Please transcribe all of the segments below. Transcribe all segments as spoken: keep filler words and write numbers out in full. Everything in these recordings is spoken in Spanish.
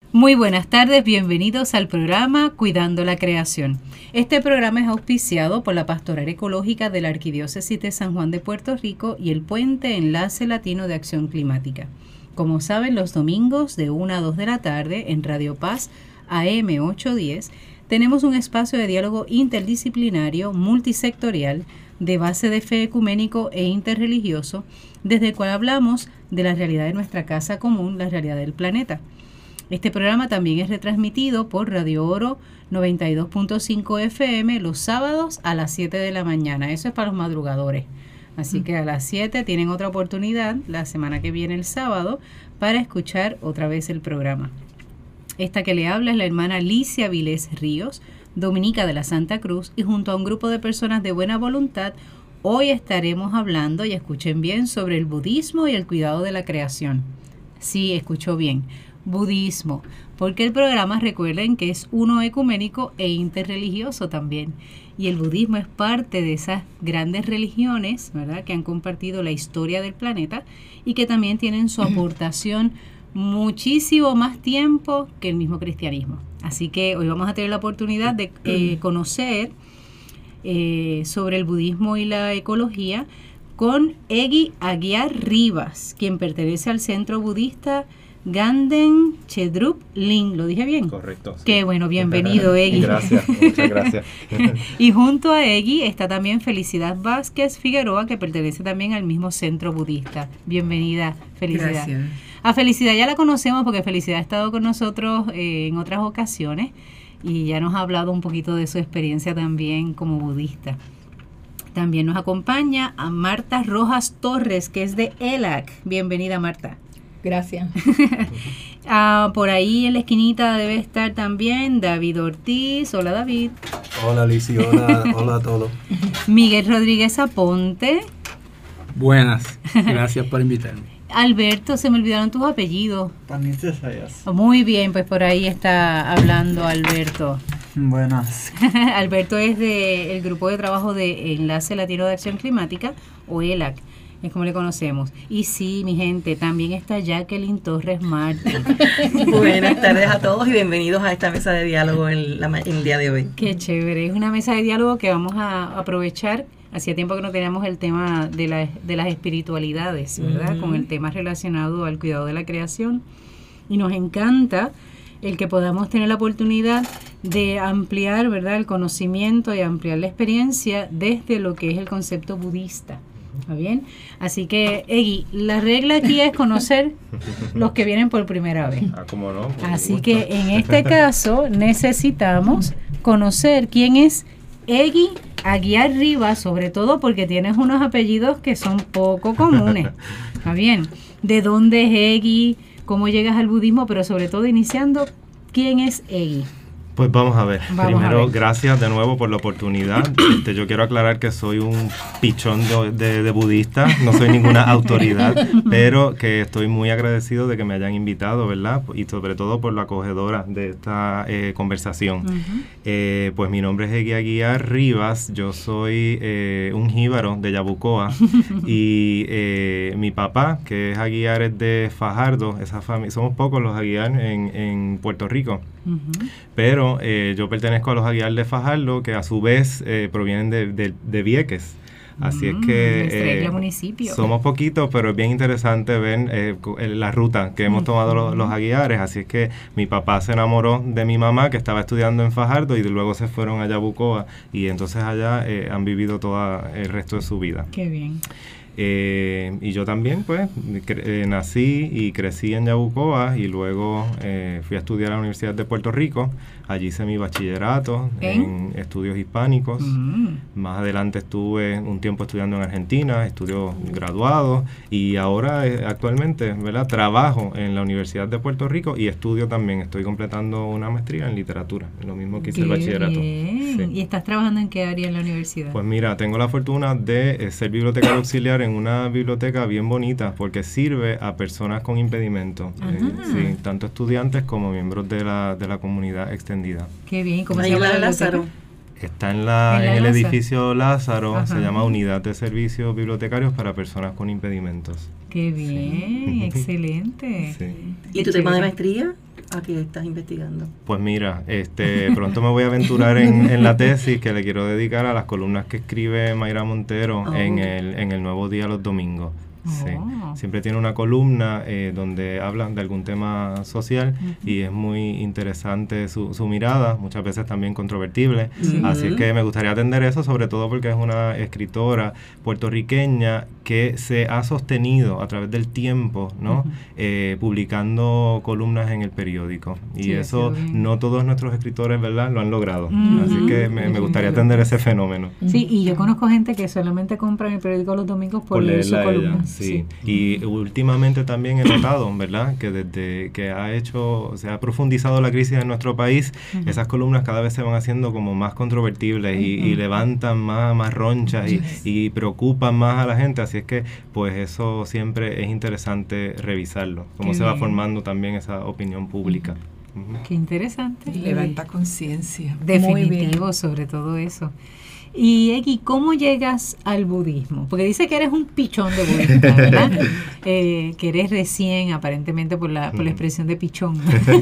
Muy buenas tardes, bienvenidos al programa Cuidando la Creación. Este programa es auspiciado por la Pastoral Ecológica de la Arquidiócesis de San Juan de Puerto Rico y el Puente Enlace Latino de Acción Climática. Como saben, los domingos de una a dos de la tarde en Radio Paz A M ochocientos diez tenemos un espacio de diálogo interdisciplinario, multisectorial, de base de fe ecuménico e interreligioso, desde el cual hablamos de la realidad de nuestra casa común, la realidad del planeta. Este programa también es retransmitido por Radio Oro noventa y dos punto cinco F M los sábados a las siete de la mañana. Eso es para los madrugadores. Así que a las siete tienen otra oportunidad la semana que viene, el sábado, para escuchar otra vez el programa. Esta que le habla es la hermana Licia Vilés Ríos, dominica de la Santa Cruz, y junto a un grupo de personas de buena voluntad, hoy estaremos hablando, y escuchen bien, sobre el budismo y el cuidado de la creación. Sí, escuchó bien. Budismo, porque el programa, recuerden que es uno ecuménico e interreligioso también, y el budismo es parte de esas grandes religiones, ¿verdad?, que han compartido la historia del planeta y que también tienen su aportación muchísimo más tiempo que el mismo cristianismo. Así que hoy vamos a tener la oportunidad de eh, conocer eh, sobre el budismo y la ecología con Egui Aguiar Rivas, quien pertenece al Centro Budista Ganden Chedrup Ling. ¿Lo dije bien? Correcto. Sí. Qué bueno, bienvenido, Egui. Gracias, muchas gracias. Y junto a Egui está también Felicidad Vázquez Figueroa, que pertenece también al mismo Centro Budista. Bienvenida, Felicidad. Gracias. A Felicidad ya la conocemos porque Felicidad ha estado con nosotros eh, en otras ocasiones y ya nos ha hablado un poquito de su experiencia también como budista. También nos acompaña a Marta Rojas Torres, que es de E L A C. Bienvenida, Marta. Gracias. ah, por ahí en la esquinita debe estar también David Ortiz. Hola, David. Hola, Lizzy. Hola, hola a todos. Miguel Rodríguez Aponte. Buenas. Gracias por invitarme. Alberto, se me olvidaron tus apellidos. También te sabías. Muy bien, pues por ahí está hablando Alberto. Buenas. Alberto es del grupo de trabajo de Enlace Latino de Acción Climática, o E L A C, es como le conocemos. Y sí, mi gente, también está Jacqueline Torres Martín. Buenas tardes a todos y bienvenidos a esta mesa de diálogo en, la, en el día de hoy. Qué chévere, es una mesa de diálogo que vamos a aprovechar. Hacía tiempo que no teníamos el tema de, la, de las espiritualidades, ¿verdad? Uh-huh. Con el tema relacionado al cuidado de la creación. Y nos encanta el que podamos tener la oportunidad de ampliar, ¿verdad?, el conocimiento y ampliar la experiencia desde lo que es el concepto budista. ¿Está bien? Así que, Egui, la regla aquí es conocer los que vienen por primera vez. Ah, ¿cómo no? Por Así gusto. que en este caso necesitamos conocer quién es Egui Aguiar Rivas, sobre todo porque tienes unos apellidos que son poco comunes. ¿Está bien? ¿De dónde es Egui? ¿Cómo llegas al budismo? Pero sobre todo iniciando, ¿quién es Egui? Pues vamos a ver. Vamos Primero, a ver. gracias de nuevo por la oportunidad. Este, yo quiero aclarar que soy un pichón de, de, de budista, no soy ninguna autoridad, pero que estoy muy agradecido de que me hayan invitado, ¿verdad? Y sobre todo por la acogedora de esta eh, conversación. Uh-huh. Eh, pues mi nombre es Egui Aguiar Rivas, yo soy eh, un jíbaro de Yabucoa y eh, mi papá, que es Aguiar, es de Fajardo, esa familia, somos pocos los Aguiar en, en Puerto Rico. Uh-huh. Pero eh, yo pertenezco a los Aguiar de Fajardo, que a su vez eh, provienen de, de, de Vieques. Así mm, es que eh, municipio. Somos poquitos, pero es bien interesante ver eh, la ruta que hemos tomado los, los Aguiares. Así es que mi papá se enamoró de mi mamá, que estaba estudiando en Fajardo, y luego se fueron a Yabucoa, y entonces allá eh, han vivido todo el resto de su vida. Qué bien. Eh, y yo también, pues, cre- eh, nací y crecí en Yabucoa y luego eh, fui a estudiar a la Universidad de Puerto Rico. Allí hice mi bachillerato ¿Eh? en estudios hispánicos. Mm. Más adelante estuve un tiempo estudiando en Argentina, estudios graduados, y ahora eh, actualmente, ¿verdad?, trabajo en la Universidad de Puerto Rico y estudio también. Estoy completando una maestría en literatura, lo mismo que hice el bachillerato. Sí. ¿Y estás trabajando en qué área en la universidad? Pues mira, tengo la fortuna de eh, ser bibliotecario auxiliar en una biblioteca bien bonita porque sirve a personas con impedimentos, eh, sí, tanto estudiantes como miembros de la, de la comunidad extendida. Qué bien, ¿cómo Ahí se llama la la Lázaro? Está en, la, ¿En, la en el Lázaro? edificio Lázaro. Ajá. Se llama Unidad de Servicios Bibliotecarios para Personas con Impedimentos. Qué bien, sí. Excelente. Sí. ¿Y tu tema de maestría? a qué estás investigando? Pues mira, este, pronto me voy a aventurar en, en la tesis que le quiero dedicar a las columnas que escribe Mayra Montero Oh. en, el, en el Nuevo Día los domingos. Sí. Oh. Siempre tiene una columna eh, donde hablan de algún tema social Ujú. y es muy interesante su, su mirada, muchas veces también controvertible. Ujú. Así es que me gustaría atender eso, sobre todo porque es una escritora puertorriqueña que se ha sostenido a través del tiempo, ¿no? Ujú. eh, publicando columnas en el periódico. Y Sí, eso ha sido bien. no todos nuestros escritores, ¿verdad?, lo han logrado. Ujú. Así que me, me gustaría atender ese fenómeno. Sí, y yo conozco gente que solamente compra el periódico los domingos por, Por leer su leerla a ella, columna. sí. Y últimamente también he notado, ¿verdad?, que desde que ha hecho, se ha profundizado la crisis en nuestro país, Ujú. esas columnas cada vez se van haciendo como más controvertibles y, y Ujú. levantan más, más ronchas y, Yes. y preocupan más a la gente. Así es que, pues eso siempre es interesante revisarlo, cómo Qué se va bien. formando también esa opinión pública. Ujú. Qué interesante. Levanta conciencia. Definitivo sobre todo eso. Y Egui, ¿cómo llegas al budismo? Porque dice que eres un pichón de budista, ¿verdad? eh, que eres recién, aparentemente por la, por la expresión de pichón.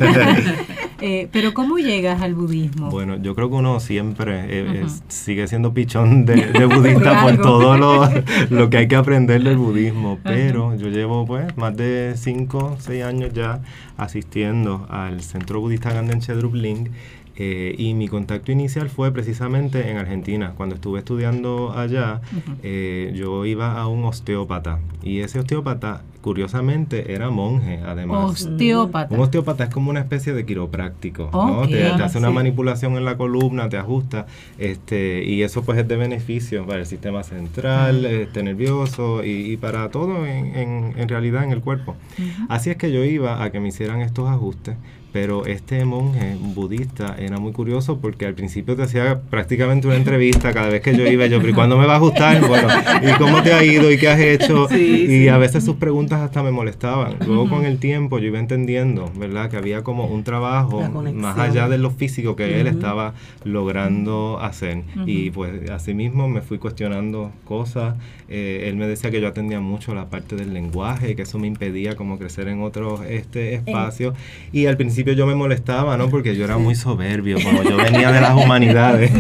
eh, pero ¿cómo llegas al budismo? Bueno, yo creo que uno siempre eh, Ujú. es- sigue siendo pichón de, de budista De por algo. todo lo, lo que hay que aprender del budismo, pero yo llevo pues más de cinco, seis años ya asistiendo al Centro Budista Ganden Chedrup Ling. Eh, y mi contacto inicial fue precisamente en Argentina. Cuando estuve estudiando allá, Ujú. eh, yo iba a un osteópata. Y ese osteópata, curiosamente, era monje, además. Osteópata. Un osteópata es como una especie de quiropráctico, ¿no? Ok, Te, te hace una sí. manipulación en la columna, te ajusta, este, y eso pues es de beneficio para el sistema central, este, nervioso y, y para todo en, en, en realidad en el cuerpo. Ujú. Así es que yo iba a que me hicieran estos ajustes, pero este monje budista era muy curioso porque al principio te hacía prácticamente una entrevista cada vez que yo iba, yo, pero ¿y cuándo me va a ajustar? Bueno, ¿y cómo te ha ido? ¿Y qué has hecho? Sí, y sí. a veces sus preguntas hasta me molestaban. Luego con el tiempo yo iba entendiendo, ¿verdad?, que había como un trabajo La conexión. más allá de lo físico que él Ujú. estaba logrando hacer. Ujú. Y pues así mismo me fui cuestionando cosas. Eh, él me decía que yo atendía mucho la parte del lenguaje, que eso me impedía como crecer en otros este, espacios. Y al principio yo me molestaba, ¿no?, porque yo era muy soberbio, como yo venía de las humanidades.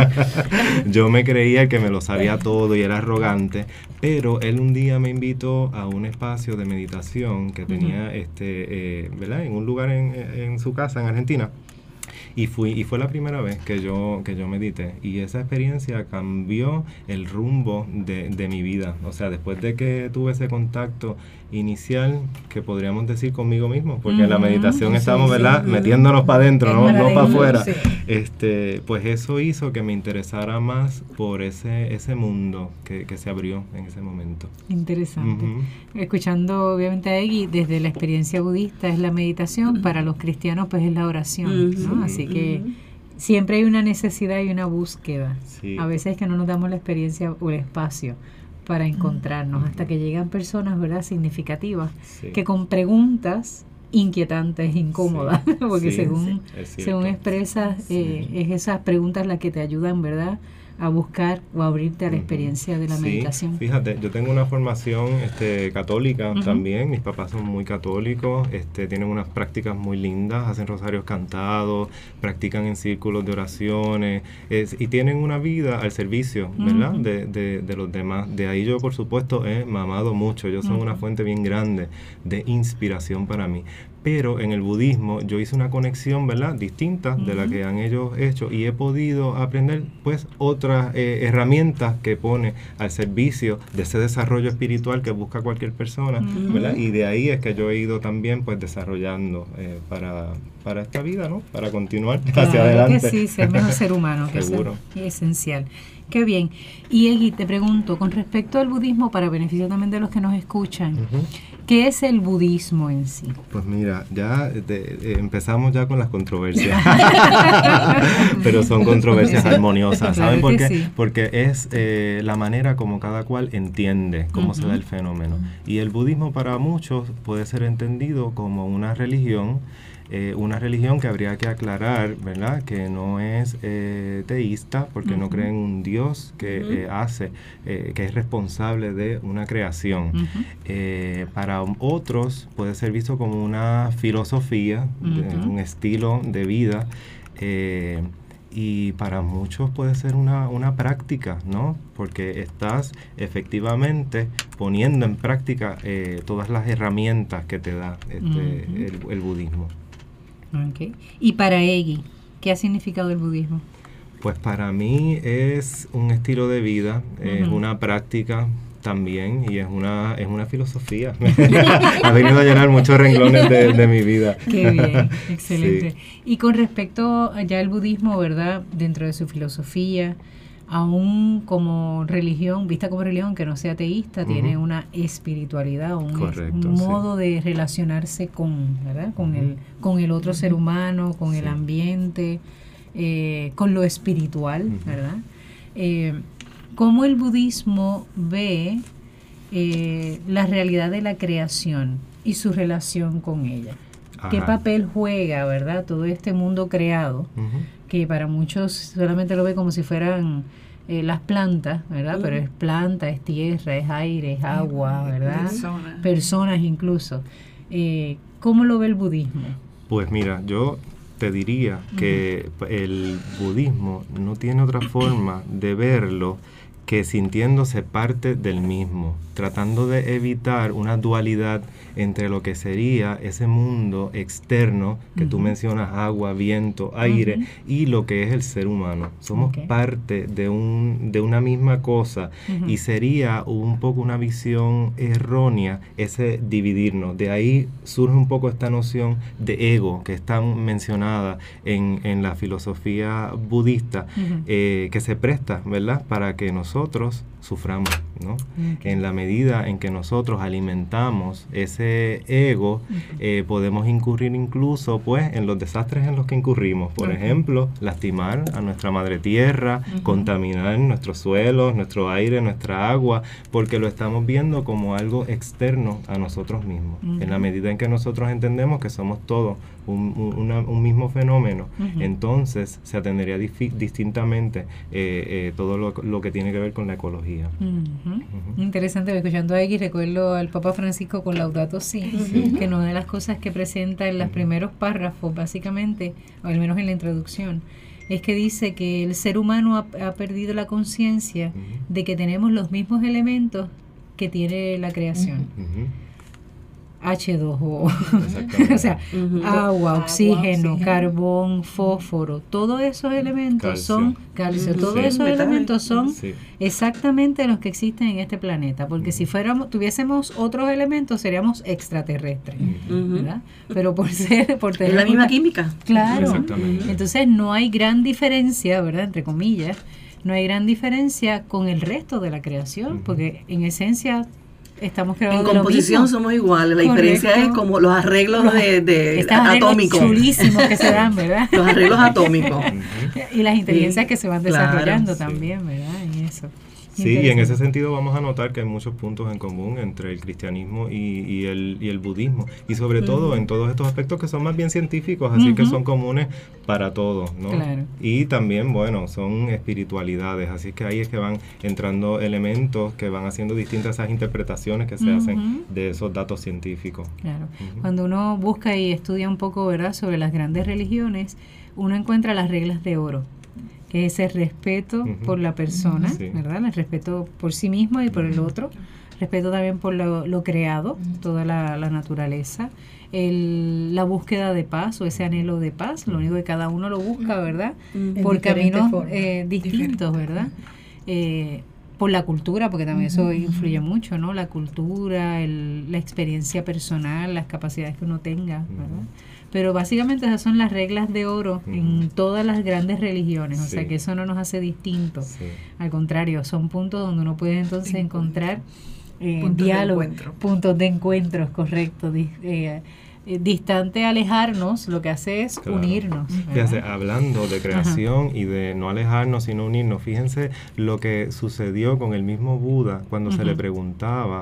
Yo me creía que me lo sabía todo y era arrogante, pero él un día me invitó a un espacio de meditación que tenía, este, eh, ¿verdad?, en un lugar en, en su casa en Argentina. Y fui y fue la primera vez que yo que yo medité, y esa experiencia cambió el rumbo de, de mi vida. O sea, después de que tuve ese contacto inicial, que podríamos decir conmigo mismo, porque en la Ujú, meditación sí, estamos, sí, ¿verdad?, ujú. metiéndonos para adentro, Es no, no para maravilloso, afuera. sí. Este, pues eso hizo que me interesara más por ese ese mundo que, que se abrió en ese momento. Interesante. Ujú. Escuchando obviamente a Egui, desde la experiencia budista es la meditación, para los cristianos pues es la oración, ¿no? Ujú. Así que Ujú. siempre hay una necesidad y una búsqueda. Sí. A veces que no nos damos la experiencia o el espacio para encontrarnos, hasta que llegan personas, ¿verdad?, significativas, Sí. que con preguntas inquietantes, incómodas, Sí, porque sí, según, es cierto. según expresas, eh, es esas preguntas las que te ayudan, ¿verdad?, a buscar o a abrirte a la Ujú. experiencia de la Sí, meditación. fíjate, yo tengo una formación este, católica Ujú. también, mis papás son muy católicos, este, tienen unas prácticas muy lindas, hacen rosarios cantados, practican en círculos de oraciones, es- y tienen una vida al servicio, ¿verdad?, Ujú. de, de, de los demás. De ahí yo, por supuesto, he mamado mucho, ellos son Ujú. una fuente bien grande de inspiración para mí. Pero en el budismo yo hice una conexión, ¿verdad?, distinta de la Ujú. que han ellos hecho, y he podido aprender pues otras eh, herramientas que pone al servicio de ese desarrollo espiritual que busca cualquier persona, Ujú. ¿verdad? Y de ahí es que yo he ido también pues desarrollando eh, para, para esta vida, ¿no?, para continuar hacia Claro adelante. que sí, ser mejor ser humano, que Seguro. es esencial. Qué bien. Y Egui, te pregunto, con respecto al budismo, para beneficio también de los que nos escuchan, Ujú. ¿qué es el budismo en sí? Pues mira, ya de- de- empezamos ya con las controversias, pero son controversias armoniosas, ¿saben Claro por que qué? sí. Porque es eh, la manera como cada cual entiende cómo se Ujú. da el fenómeno. Y el budismo para muchos puede ser entendido como una religión eh, una religión que habría que aclarar, ¿verdad? Que no es eh, teísta, porque uh-huh. no cree en un Dios que uh-huh. eh, hace, eh, que es responsable de una creación. Uh-huh. Eh, para otros puede ser visto como una filosofía, uh-huh. de, un estilo de vida, eh, y para muchos puede ser una, una práctica, ¿no? Porque estás efectivamente poniendo en práctica eh, todas las herramientas que te da este, uh-huh. el, el budismo. Okay. Y para Egui, ¿qué ha significado el budismo? Pues para mí es un estilo de vida, uh-huh. es una práctica también, y es una es una filosofía. Ha venido a llenar muchos renglones de, de mi vida. Qué bien, excelente. Sí. Y con respecto ya al budismo, ¿verdad? Dentro de su filosofía, aún como religión, vista como religión que no sea teísta, uh-huh. tiene una espiritualidad, un, Correcto, un sí. modo de relacionarse con, ¿verdad? Con uh-huh. el con el otro uh-huh. ser humano, con sí. el ambiente, eh, con lo espiritual, uh-huh. ¿verdad? Eh, ¿Cómo el budismo ve eh, la realidad de la creación y su relación con ella? Ajá. ¿Qué papel juega, verdad, todo este mundo creado, uh-huh. que para muchos solamente lo ve como si fueran eh, las plantas, ¿verdad? Uh-huh. Pero es planta, es tierra, es aire, es agua, ¿verdad? Personas. Personas incluso. Eh, ¿Cómo lo ve el budismo? Pues mira, yo te diría uh-huh. que el budismo no tiene otra forma de verlo que sintiéndose parte del mismo, tratando de evitar una dualidad entre lo que sería ese mundo externo que uh-huh. tú mencionas, agua, viento, aire, uh-huh. y lo que es el ser humano. Somos okay. parte de un de una misma cosa uh-huh. y sería un poco una visión errónea ese dividirnos. De ahí surge un poco esta noción de ego que está mencionada en, en la filosofía budista, uh-huh. eh, que se presta, ¿verdad?, para que nosotros nosotros suframos, ¿no? Okay. En la medida en que nosotros alimentamos ese ego, uh-huh. eh, podemos incurrir incluso, pues, en los desastres en los que incurrimos. Por uh-huh. ejemplo, lastimar a nuestra madre tierra, uh-huh. contaminar nuestros suelos, nuestro aire, nuestra agua, porque lo estamos viendo como algo externo a nosotros mismos. Uh-huh. En la medida en que nosotros entendemos que somos todos un, un, una, un mismo fenómeno, uh-huh. entonces se atendería difi- distintamente eh, eh, todo lo, lo que tiene que ver con la ecología. Uh-huh. Uh-huh. Interesante, escuchando a X, recuerdo al Papa Francisco con Laudato Si, uh-huh. que una de las cosas que presenta en los uh-huh. primeros párrafos, básicamente, o al menos en la introducción, es que dice que el ser humano ha, ha perdido la conciencia uh-huh. de que tenemos los mismos elementos que tiene la creación. Uh-huh. hache dos o, o sea, uh-huh. agua, oxígeno, oxígeno, carbón, fósforo, todos esos elementos calcio. son calcio, uh-huh. todos sí, esos metales. elementos son sí. exactamente los que existen en este planeta, porque uh-huh. si fuéramos, tuviésemos otros elementos seríamos extraterrestres, uh-huh. ¿verdad? Pero por ser, por tener es la misma una, química. Claro. Exactamente. Entonces no hay gran diferencia, ¿verdad? Entre comillas, no hay gran diferencia con el resto de la creación, uh-huh. porque en esencia estamos creando en composición somos iguales, la Correcto. diferencia es como los arreglos los, de, de atómicos chulísimos que se dan, ¿verdad? Los arreglos atómicos y las inteligencias sí, que se van desarrollando claro, también, sí. ¿verdad? En eso. Sí, y en ese sentido vamos a notar que hay muchos puntos en común entre el cristianismo y, y, el, y el budismo, y sobre uh-huh. todo en todos estos aspectos que son más bien científicos, así uh-huh. que son comunes para todos, ¿no? Claro. Y también, bueno, son espiritualidades, así que ahí es que van entrando elementos que van haciendo distintas esas interpretaciones que se uh-huh. hacen de esos datos científicos. Claro. Uh-huh. Cuando uno busca y estudia un poco, ¿verdad?, sobre las grandes religiones, uno encuentra las reglas de oro, que es el respeto uh-huh. por la persona, sí. ¿verdad? El respeto por sí mismo y por el otro, respeto también por lo, lo creado, uh-huh. toda la, la naturaleza, el, la búsqueda de paz o ese anhelo de paz, lo único que cada uno lo busca, ¿verdad? Uh-huh. Por caminos eh, distintos, Diferente. ¿verdad? Eh, por la cultura, porque también uh-huh. eso influye mucho, ¿no? La cultura, el, la experiencia personal, las capacidades que uno tenga, ¿verdad? Uh-huh. Pero básicamente esas son las reglas de oro uh-huh. en todas las grandes religiones, o sí. sea que eso no nos hace distintos, sí. al contrario, son puntos donde uno puede entonces encontrar eh, puntos diálogo, de puntos de encuentros, correcto, di, eh, eh, distante alejarnos, lo que hace es claro. unirnos. Fíjense, hablando de creación Ajá. y de no alejarnos sino unirnos, fíjense lo que sucedió con el mismo Buda cuando uh-huh. se le preguntaba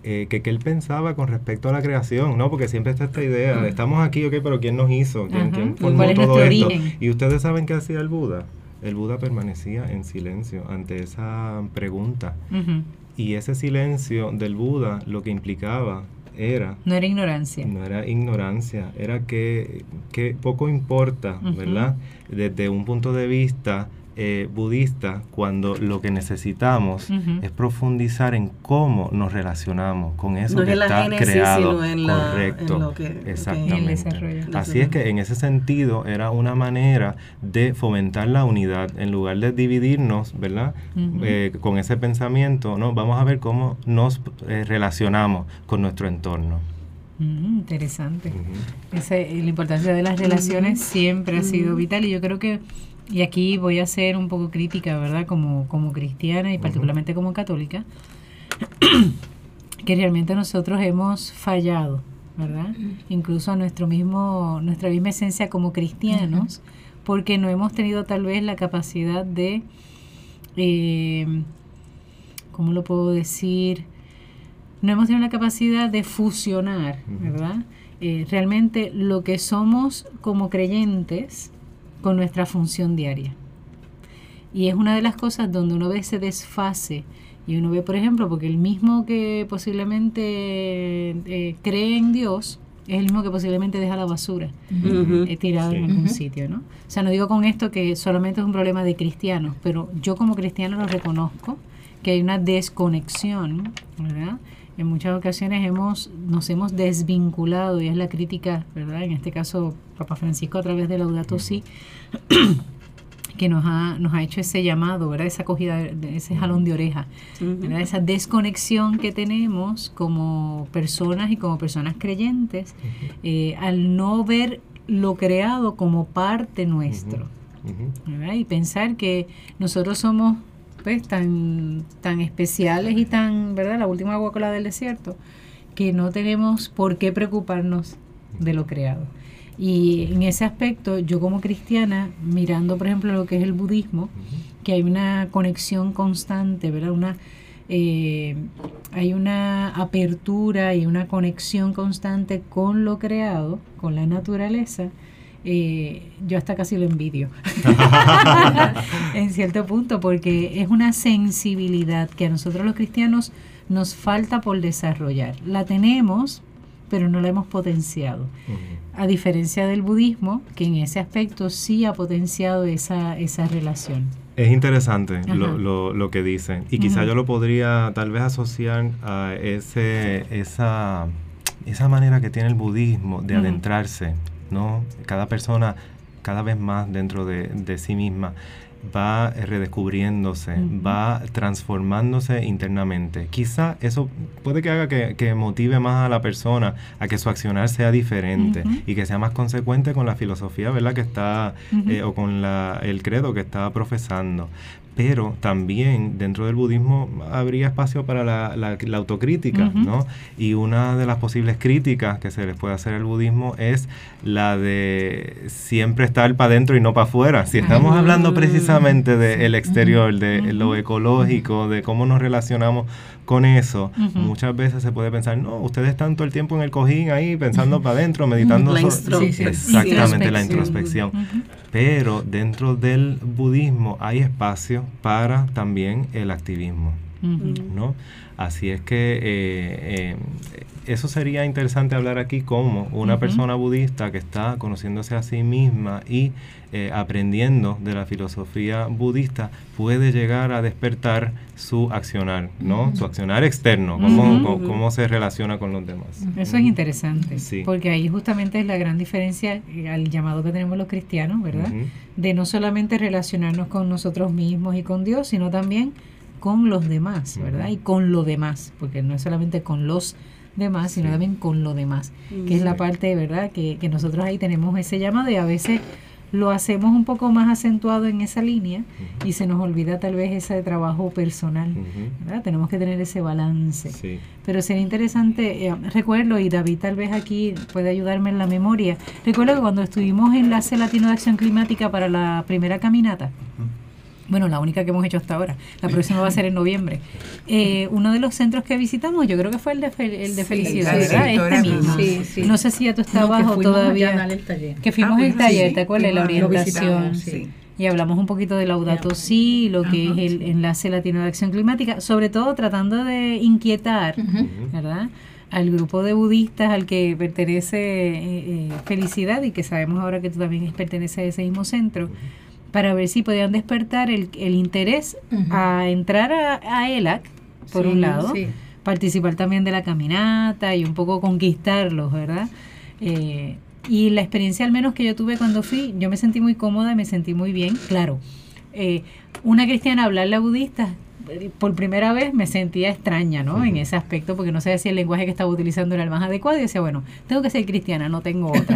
eh, que qué él pensaba con respecto a la creación, ¿no? Porque siempre está esta idea de estamos aquí, ok, pero ¿quién nos hizo? ¿Quién, Ajá. ¿quién ¿Y formó cuál es todo nuestro esto? origen? Y ustedes saben qué hacía el Buda. El Buda permanecía en silencio ante esa pregunta. Uh-huh. Y ese silencio del Buda lo que implicaba era... No era ignorancia. No era ignorancia, era que, que poco importa, Uh-huh. ¿verdad? Desde un punto de vista eh, budista, cuando lo que necesitamos Uh-huh. es profundizar en cómo nos relacionamos con eso No que en la está génesis, creado. sino en la- Correcto, en lo que- lo que- exactamente. En el desarrollo. Así es que en ese sentido era una manera de fomentar la unidad, en lugar de dividirnos, ¿verdad? Uh-huh. Eh, con ese pensamiento, ¿no? Vamos a ver cómo nos eh, relacionamos con nuestro entorno. Mm, interesante. Ujú. Esa, eh, la importancia de las relaciones siempre ha sido vital, y yo creo que, y aquí voy a ser un poco crítica, ¿verdad? Como, como cristiana y particularmente como católica, que realmente nosotros hemos fallado, ¿verdad? Incluso a nuestro mismo, nuestra misma esencia como cristianos, porque no hemos tenido tal vez la capacidad de, eh, ¿cómo lo puedo decir? No hemos tenido la capacidad de fusionar, ¿verdad? Eh, realmente lo que somos como creyentes con nuestra función diaria. Y es una de las cosas donde uno ve ese desfase, y uno ve, por ejemplo, porque el mismo que posiblemente eh, cree en Dios es el mismo que posiblemente deja la basura Ujú. eh, tirada Sí. en algún Ujú. sitio, ¿no? O sea, no digo con esto que solamente es un problema de cristianos, pero yo como cristiano lo reconozco, que hay una desconexión, ¿verdad? En muchas ocasiones hemos nos hemos desvinculado, y es la crítica, ¿verdad? En este caso, Papa Francisco a través de Laudato Si, que nos ha nos ha hecho ese llamado, ¿verdad? Esa acogida, de, de ese jalón de oreja, ¿verdad? Esa desconexión que tenemos como personas y como personas creyentes, eh, al no ver lo creado como parte nuestro, Ujú. ¿verdad? Y pensar que nosotros somos, pues, tan tan especiales y tan, ¿verdad? La última Coca-Cola del desierto, que no tenemos por qué preocuparnos de lo creado. Y en ese aspecto, yo como cristiana, mirando por ejemplo lo que es el budismo, que hay una conexión constante, ¿verdad? Una eh, hay una apertura y una conexión constante con lo creado, con la naturaleza. Eh, yo hasta casi lo envidio en cierto punto, porque es una sensibilidad que a nosotros los cristianos nos falta por desarrollar. La tenemos, pero no la hemos potenciado, a diferencia del budismo, que en ese aspecto sí ha potenciado esa, esa relación. Es interesante lo, Ajá. lo, lo que dicen, y quizá Ujú. yo lo podría tal vez asociar a ese esa esa manera que tiene el budismo de Ujú. adentrarse, ¿no? Cada persona cada vez más dentro de, de sí misma va redescubriéndose, Ujú. va transformándose internamente. Quizá eso puede que haga que, que motive más a la persona a que su accionar sea diferente Ujú. y que sea más consecuente con la filosofía, ¿verdad? Que está, Ujú. eh, o con la, el credo que está profesando. Pero también dentro del budismo habría espacio para la, la, la autocrítica, Ujú. ¿no? Y una de las posibles críticas que se les puede hacer al budismo es la de siempre estar para adentro y no para afuera. Si estamos Ah. hablando precisamente del exterior, de Ujú. lo ecológico, de cómo nos relacionamos con eso, Ujú. muchas veces se puede pensar, no, ustedes están todo el tiempo en el cojín ahí pensando para adentro, meditando. La so- instro- Sí, sí. Exactamente, la Introspección. introspección. Ujú. Pero dentro del budismo hay espacio para también el activismo, Ujú. ¿no? Así es que eh, eh, eso sería interesante hablar aquí, como una Ujú. persona budista que está conociéndose a sí misma y eh, aprendiendo de la filosofía budista puede llegar a despertar su accionar, ¿no? Ujú. Su accionar externo, cómo, Ujú. cómo, cómo se relaciona con los demás. Eso es interesante, Sí. porque ahí justamente es la gran diferencia eh, al llamado que tenemos los cristianos, ¿verdad? Ujú. De no solamente relacionarnos con nosotros mismos y con Dios, sino también con los demás, ¿verdad? Ujú. Y con lo demás, porque no es solamente con los demás, sino Sí. también con lo demás, que es la Sí. parte, ¿verdad? Que, que nosotros ahí tenemos ese llamado, y a veces lo hacemos un poco más acentuado en esa línea Ujú. y se nos olvida tal vez ese trabajo personal, Ujú. ¿verdad? Tenemos que tener ese balance. Sí. Pero sería interesante, eh, recuerdo, y David tal vez aquí puede ayudarme en la memoria, recuerdo que cuando estuvimos en Enlace Latino de Acción Climática para la primera caminata, Bueno, la única que hemos hecho hasta ahora. La próxima va a ser en noviembre. Eh, uno de los centros que visitamos, yo creo que fue el de, fel- el de Sí, Felicidad, sí, ¿verdad? sí, Este mismo. sí, sí. No sé si ya tú estabas No, que o fuimos todavía. allá a dar el taller. Que fuimos Ah, al bueno, taller, sí, ¿te acuerdas? La fuimos, lo orientación. visitamos, sí. Y hablamos un poquito de Laudato Si, lo que Ajá, es el enlace latino de acción climática, sobre todo tratando de inquietar, Ujú. ¿verdad?, al grupo de budistas al que pertenece eh, eh, Felicidad, y que sabemos ahora que tú también perteneces a ese mismo centro, para ver si podían despertar el, el interés Ujú. a entrar a, a E L A C, por Sí, un lado, sí. participar también de la caminata y un poco conquistarlos, ¿verdad? Eh, y la experiencia al menos que yo tuve cuando fui, yo me sentí muy cómoda, me sentí muy bien, claro. Eh, una cristiana hablarle a budistas, eh, por primera vez me sentía extraña, ¿no? En ese aspecto, porque no sabía si el lenguaje que estaba utilizando era el más adecuado, y decía, bueno, tengo que ser cristiana, no tengo otra.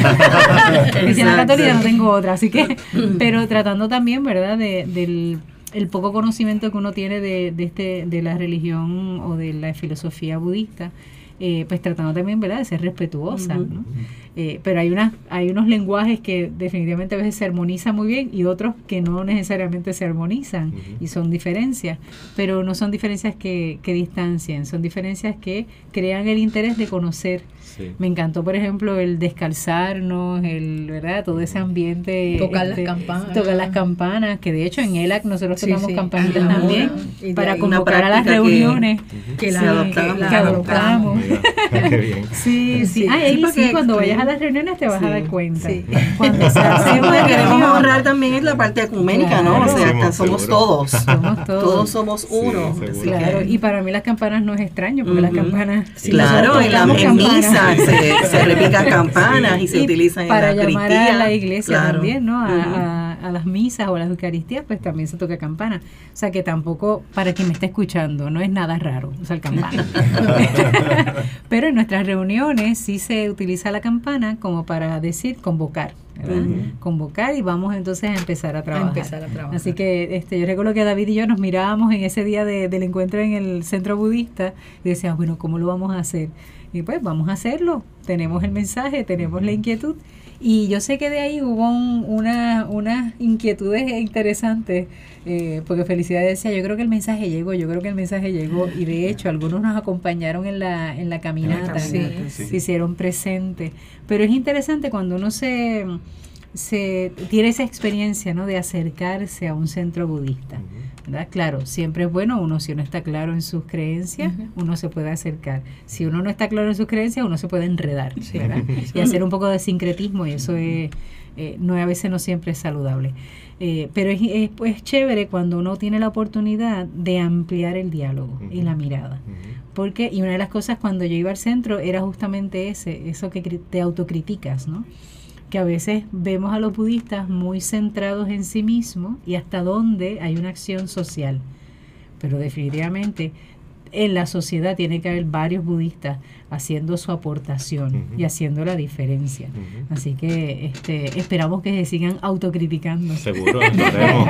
Cristiana católica, no tengo otra, así que, pero tratando también, ¿verdad?, de, del el poco conocimiento que uno tiene de, de este de la religión o de la filosofía budista, eh, pues tratando también, ¿verdad?, de ser respetuosa, Ujú. ¿no? Eh, pero hay unas hay unos lenguajes que definitivamente a veces se armonizan muy bien y otros que no necesariamente se armonizan, Ujú. y son diferencias, pero no son diferencias que, que distancien, son diferencias que crean el interés de conocer. Sí. Me encantó, por ejemplo, el descalzarnos, el, ¿verdad?, todo ese ambiente. Tocar las este, campanas. Tocar las campanas, que de hecho en E L A C nosotros Sí, tocamos sí. campanitas Ajá. también, Y de para ahí una convocar a las práctica que- reuniones. Que la Sí, adoptamos. que la adoptamos. Mira, qué bien. Sí, sí. Sí. Ah, Sí, ahí sí, porque- cuando vayas a las reuniones te vas a Sí, dar cuenta. sí. Cuando se hace Sí, una porque queremos reunión, ahorrar también es la parte ecuménica, ¿no? Claro. O sea, Sí, hasta somos seguro. todos. somos todos. Todos somos uno. Sí, así seguro. Claro, que- y para mí las campanas no es extraño, porque las Ujú. campanas... si Claro, nosotros en, la, tocamos en campanas, misa se, se repican campanas y se y utilizan para en la llamar Eucaristía. a la iglesia Claro. también, ¿no? A, Ujú. a- a las misas o a las Eucaristías, pues también se toca campana. O sea que tampoco, para quien me esté escuchando, no es nada raro usar campana. Pero en nuestras reuniones sí se utiliza la campana como para decir convocar, ¿verdad? Ujú. Convocar, y vamos entonces a empezar a A trabajar. empezar a trabajar. Así que este, yo recuerdo que David y yo nos mirábamos en ese día de- del encuentro en el centro budista y decíamos, bueno, ¿cómo lo vamos a hacer? Y pues vamos a hacerlo. Tenemos el mensaje, tenemos la inquietud. Y yo sé que de ahí hubo un- una, unas inquietudes interesantes, eh, porque Felicidad decía, yo creo que el mensaje llegó, yo creo que el mensaje llegó. Y de hecho, algunos nos acompañaron en la, en la caminata, Sí, ¿no? sí. Se hicieron presentes. Pero es interesante cuando uno se... se tiene esa experiencia, ¿no?, de acercarse a un centro budista, ¿verdad? Claro, siempre es bueno uno, si uno está claro en sus creencias, Ujú. uno se puede acercar. Si uno no está claro en sus creencias, uno se puede enredar, Sí. ¿verdad? Y hacer un poco de sincretismo, y eso es, eh, no, a veces no siempre es saludable. Eh, pero es, es pues chévere cuando uno tiene la oportunidad de ampliar el diálogo y la mirada. Ujú. Porque, y una de las cosas cuando yo iba al centro era justamente ese, eso que cri- te autocriticas, ¿no? Que a veces vemos a los budistas muy centrados en sí mismos y hasta dónde hay una acción social. Pero definitivamente en la sociedad tiene que haber varios budistas haciendo su aportación Ujú. y haciendo la diferencia. Ujú. Así que este, esperamos que se sigan autocriticando. Seguro, lo haremos.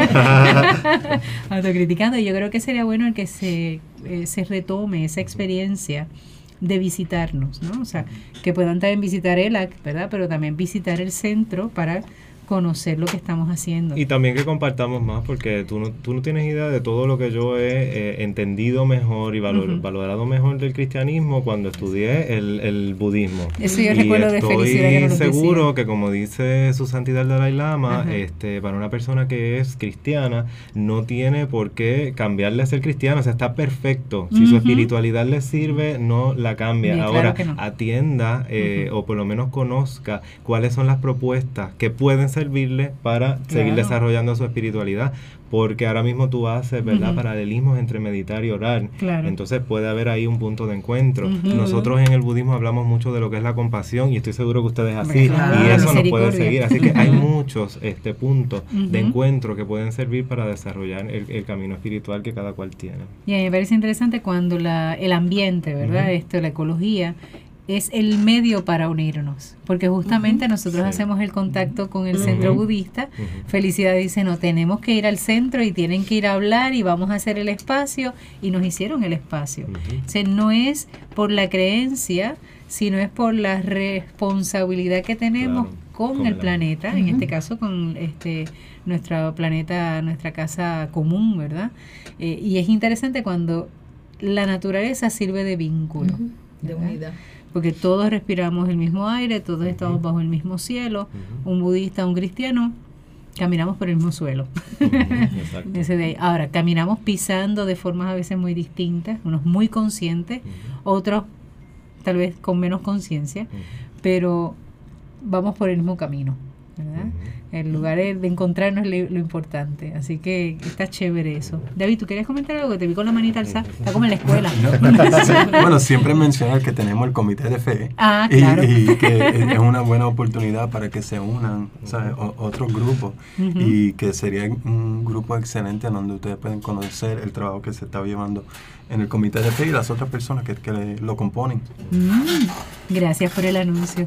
Autocriticando, y yo creo que sería bueno el que se, eh, se retome esa experiencia de visitarnos, ¿no? O sea, que puedan también visitar E L A C, ¿verdad? Pero también visitar el centro para conocer lo que estamos haciendo. Y también que compartamos más, porque tú no, tú no tienes idea de todo lo que yo he eh, entendido mejor y valor- Ujú. valorado mejor del cristianismo cuando estudié el, el budismo. Eso yo Y recuerdo de estoy Felicidad que nos lo seguro decía. que, como dice su santidad el Dalai Lama, Ajá. este, para una persona que es cristiana no tiene por qué cambiarle a ser cristiano, o sea, está perfecto. Si su Ujú. espiritualidad le sirve, no la cambia. Bien, claro Ahora, que no. atienda eh, Ujú. o por lo menos conozca cuáles son las propuestas que pueden servirle para seguir Claro. desarrollando su espiritualidad, porque ahora mismo tú haces, ¿verdad?, Ujú. paralelismos entre meditar y orar. Claro. Entonces puede haber ahí un punto de encuentro. Ujú. Nosotros en el budismo hablamos mucho de lo que es la compasión, y estoy seguro que ustedes así, Claro, y eso nos puede misericordia. seguir. Así que hay Ujú. muchos este puntos de Ujú. encuentro que pueden servir para desarrollar el, el camino espiritual que cada cual tiene. Y a mí me parece interesante cuando la, el ambiente, ¿verdad? Ujú. Esto, la ecología, es el medio para unirnos, porque justamente nosotros Sí. hacemos el contacto con el Ujú. centro budista. Ujú. Felicidad dice, no, tenemos que ir al centro y tienen que ir a hablar y vamos a hacer el espacio, y nos hicieron el espacio. Ujú. O sea, no es por la creencia, sino es por la responsabilidad que tenemos Claro. con, con el la- planeta, Ujú. en este caso con este nuestra planeta, nuestra casa común, ¿verdad? Eh, y es interesante cuando la naturaleza sirve de vínculo, Ujú. De ¿verdad? unidad. Porque todos respiramos el mismo aire, todos Ujú. estamos bajo el mismo cielo, Ujú. un budista, un cristiano, caminamos por el mismo suelo. Ujú, exacto. Ese de ahí. Ahora, caminamos pisando de formas a veces muy distintas, unos muy conscientes, Ujú. otros tal vez con menos conciencia, Ujú. pero vamos por el mismo camino, ¿verdad? Ujú. El lugar es de encontrarnos es lo, lo importante, así que está chévere eso. David, ¿tú querías comentar algo? Que te vi con la manita alzada, está como en la escuela. Sí, bueno, siempre mencionar que tenemos el comité de fe Ah, y, claro. y que es una buena oportunidad para que se unan, ¿sabes? O- otros grupos Ujú. y que sería un grupo excelente en donde ustedes pueden conocer el trabajo que se está llevando en el comité de fe y las otras personas que, que lo componen. Mm, gracias por el anuncio.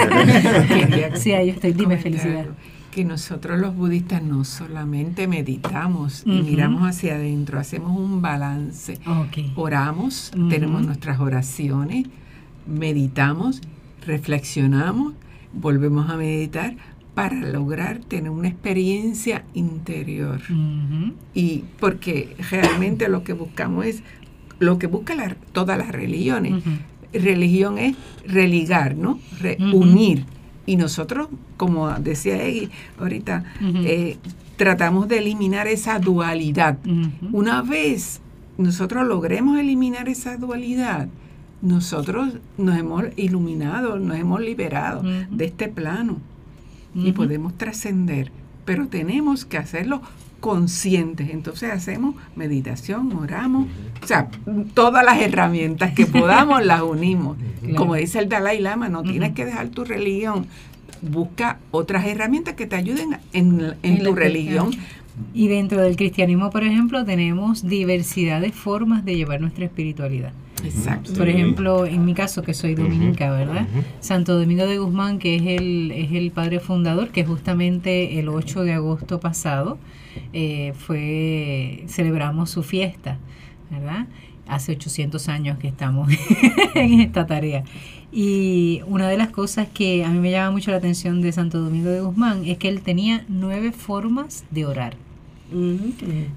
Quería Sí, ahí estoy. Dime, comentar felicidad. algo, que nosotros los budistas no solamente meditamos y Ujú. miramos hacia adentro, hacemos un balance. Ok. Oramos, Ujú. tenemos nuestras oraciones, meditamos, reflexionamos, volvemos a meditar para lograr tener una experiencia interior. Ujú. Y porque realmente lo que buscamos es lo que busca la- todas las religiones. Ujú. Religión es religar, ¿no? Re- Ujú. Unir. Y nosotros, como decía Egui ahorita, Ujú. eh, tratamos de eliminar esa dualidad. Ujú. Una vez nosotros logremos eliminar esa dualidad, nosotros nos hemos iluminado, nos hemos liberado Ujú. de este plano y Ujú. podemos trascender, pero tenemos que hacerlo conscientes. Entonces hacemos meditación, oramos, o sea, todas las herramientas que podamos las unimos. Claro. Como dice el Dalai Lama, no Ujú. tienes que dejar tu religión, busca otras herramientas que te ayuden en, en En la tu religión. Y dentro del cristianismo, por ejemplo, tenemos diversidad de formas de llevar nuestra espiritualidad. Exacto. Por Sí. ejemplo, en mi caso, que soy dominica, Ujú, ¿verdad? ujú. Santo Domingo de Guzmán, que es el, es el padre fundador, que justamente el ocho de agosto pasado eh, fue celebramos su fiesta, ¿verdad? Hace ochocientos años que estamos en esta tarea. Y una de las cosas que a mí me llama mucho la atención de Santo Domingo de Guzmán es que él tenía nueve formas de orar. Ujú.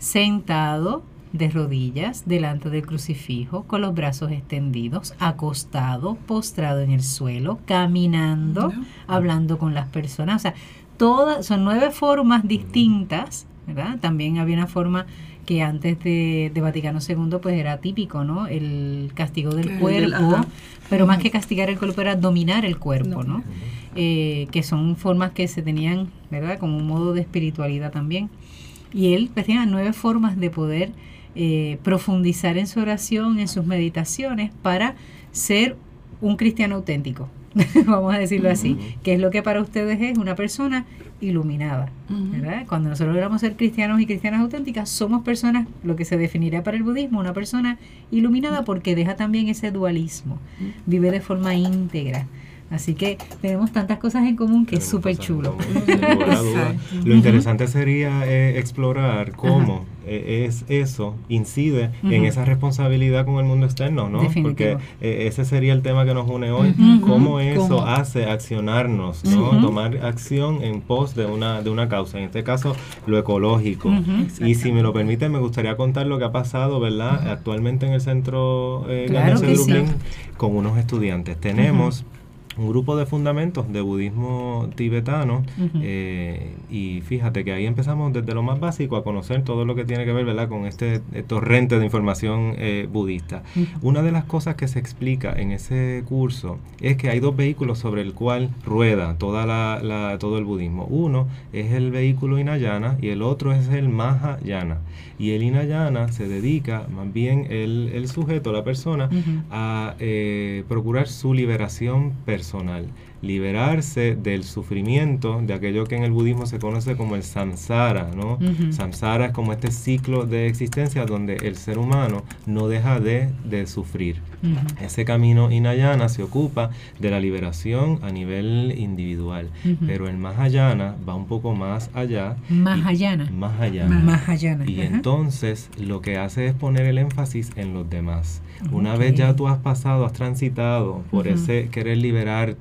Sentado, de rodillas, delante del crucifijo, con los brazos extendidos, acostado, postrado en el suelo, caminando, No. hablando con las personas. O sea, todas, son nueve formas distintas, ¿verdad? También había una forma que antes de, de Vaticano segundo pues era típico, ¿no? El castigo del Claro, cuerpo, del- ajá. pero más que castigar el cuerpo era dominar el cuerpo, No. ¿no? Eh, que son formas que se tenían, ¿verdad? Como un modo de espiritualidad también. Y él pues, tenía nueve formas de poder eh, profundizar en su oración, en sus meditaciones, para ser un cristiano auténtico, vamos a decirlo así, que es lo que para ustedes es una persona iluminada, Ujú. ¿verdad? Cuando nosotros logramos ser cristianos y cristianas auténticas, somos personas, lo que se definiría para el budismo, una persona iluminada porque deja también ese dualismo, vive de forma íntegra. Así que tenemos tantas cosas en común que es Tenemos súper cosas chulo. en común, sin lugar a dudas. Exacto. Lo interesante sería eh, explorar cómo eh, es eso incide Ujú. en esa responsabilidad con el mundo externo, ¿no? Definitivo. Porque eh, ese sería el tema que nos une hoy. Ujú. Cómo eso ¿Cómo? hace accionarnos, ¿no? Ujú. Tomar acción en pos de una, de una causa, en este caso lo ecológico. Ujú. Y si me lo permite, me gustaría contar lo que ha pasado, ¿verdad? Actualmente en el centro eh, Claro Ganense que de sí. Dublín con unos estudiantes. Tenemos un grupo de fundamentos de budismo tibetano Ujú. eh, y fíjate que ahí empezamos desde lo más básico a conocer todo lo que tiene que ver, ¿verdad?, con este eh, torrente de información eh, budista. Ujú. Una de las cosas que se explica en ese curso es que hay dos vehículos sobre el cual rueda toda la, la- todo el budismo. Uno es el vehículo Hinayana y el otro es el Mahayana. Y el Hinayana se dedica, más bien el, el sujeto, la persona, Ujú. a eh, procurar su liberación personal, liberarse del sufrimiento, de aquello que en el budismo se conoce como el samsara, ¿no? Ujú. Samsara es como este ciclo de existencia donde el ser humano no deja de, de sufrir. Ujú. Ese camino Hinayana se ocupa de la liberación a nivel individual, Ujú. pero el Mahayana va un poco más allá. y- Mahayana. Mahayana. Mahayana. Y Ajá. entonces lo que hace es poner el énfasis en los demás. Una Ok. vez ya tú has pasado, has transitado por Ujú. ese querer liberarte de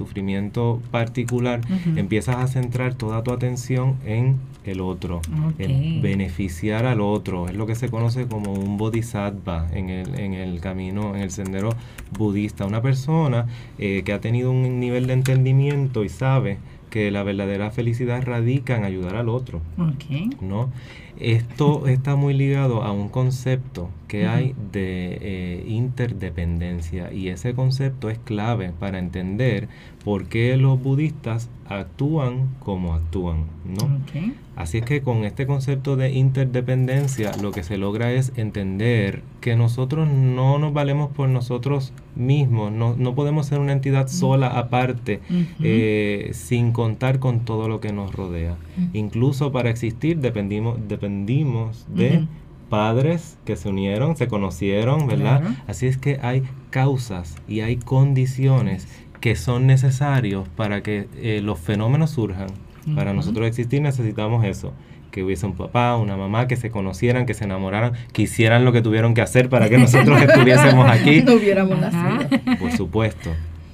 sufrimiento particular, uh-huh. empiezas a centrar toda tu atención en el otro, okay. en beneficiar al otro. Es lo que se conoce como un bodhisattva en el, en el camino, en el sendero budista. Una persona eh, que ha tenido un nivel de entendimiento y sabe que la verdadera felicidad radica en ayudar al otro. Okay. ¿No? Esto está muy ligado a un concepto que uh-huh. hay de eh, interdependencia, y ese concepto es clave para entender por qué los budistas actúan como actúan, ¿no? Okay. Así es que con este concepto de interdependencia lo que se logra es entender que nosotros no nos valemos por nosotros mismos, no, no podemos ser una entidad sola aparte, uh-huh. eh, sin contar con todo lo que nos rodea. Uh-huh. Incluso para existir dependimos, dependimos de uh-huh. padres que se unieron, se conocieron, ¿verdad? Claro. Así es que hay causas y hay condiciones que son necesarios para que eh, los fenómenos surjan. Uh-huh. Para nosotros existir necesitamos eso, que hubiese un papá, una mamá, que se conocieran, que se enamoraran, que hicieran lo que tuvieron que hacer para que nosotros estuviésemos aquí. No hubiéramos nacido. Por supuesto.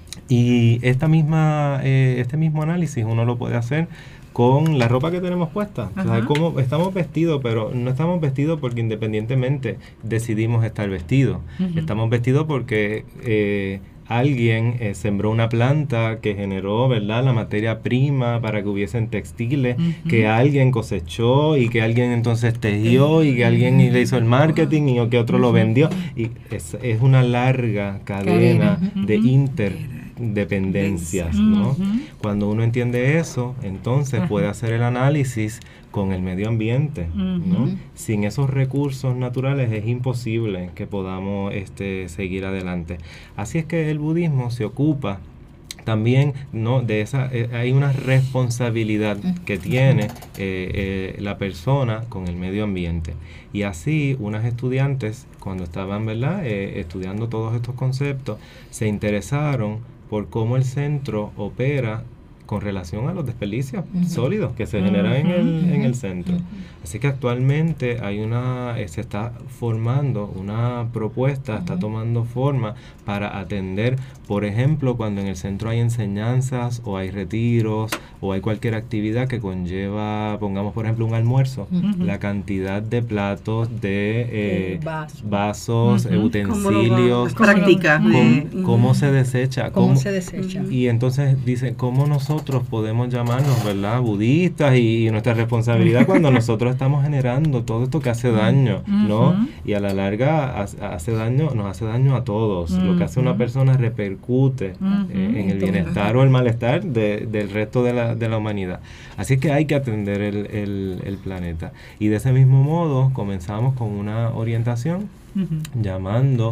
Y esta misma, eh, este mismo análisis uno lo puede hacer con la ropa que tenemos puesta. O sea, como estamos vestidos, pero no estamos vestidos porque independientemente decidimos estar vestidos. Uh-huh. Estamos vestidos porque eh, alguien eh, sembró una planta que generó, ¿verdad?, la materia prima para que hubiesen textiles, uh-huh. que alguien cosechó y que alguien entonces tejió y que alguien le hizo el marketing y que otro uh-huh. lo vendió. Y es, es una larga cadena uh-huh. de interdependencias, ¿no? Uh-huh. Cuando uno entiende eso, entonces uh-huh. puede hacer el análisis con el medio ambiente, uh-huh. ¿no? Sin esos recursos naturales es imposible que podamos este, seguir adelante. Así es que el budismo se ocupa también, ¿no?, de esa, eh, hay una responsabilidad uh-huh. que tiene eh, eh, la persona con el medio ambiente. Y así unas estudiantes, cuando estaban, ¿verdad?, eh, estudiando todos estos conceptos, se interesaron por cómo el centro opera con relación a los desperdicios uh-huh. sólidos que se generan uh-huh. en, el, en el centro. Uh-huh. Así que actualmente hay una, eh, se está formando una propuesta, uh-huh. está tomando forma para atender, por ejemplo, cuando en el centro hay enseñanzas o hay retiros o hay cualquier actividad que conlleva, pongamos por ejemplo un almuerzo, uh-huh. la cantidad de platos, de eh, vaso. vasos, uh-huh. utensilios, ¿Cómo práctica, cómo, uh-huh. cómo se desecha, cómo, cómo se desecha. Y entonces dicen, ¿cómo nosotros nosotros podemos llamarnos, ¿verdad?, budistas, y, y nuestra responsabilidad cuando nosotros estamos generando todo esto que hace daño, ¿no? Uh-huh. Y a la larga hace, hace daño, nos hace daño a todos. Uh-huh. Lo que hace una persona repercute uh-huh. eh, en el bienestar o el malestar de, del resto de la, de la humanidad. Así que hay que atender el, el, el planeta. Y de ese mismo modo comenzamos con una orientación uh-huh. llamando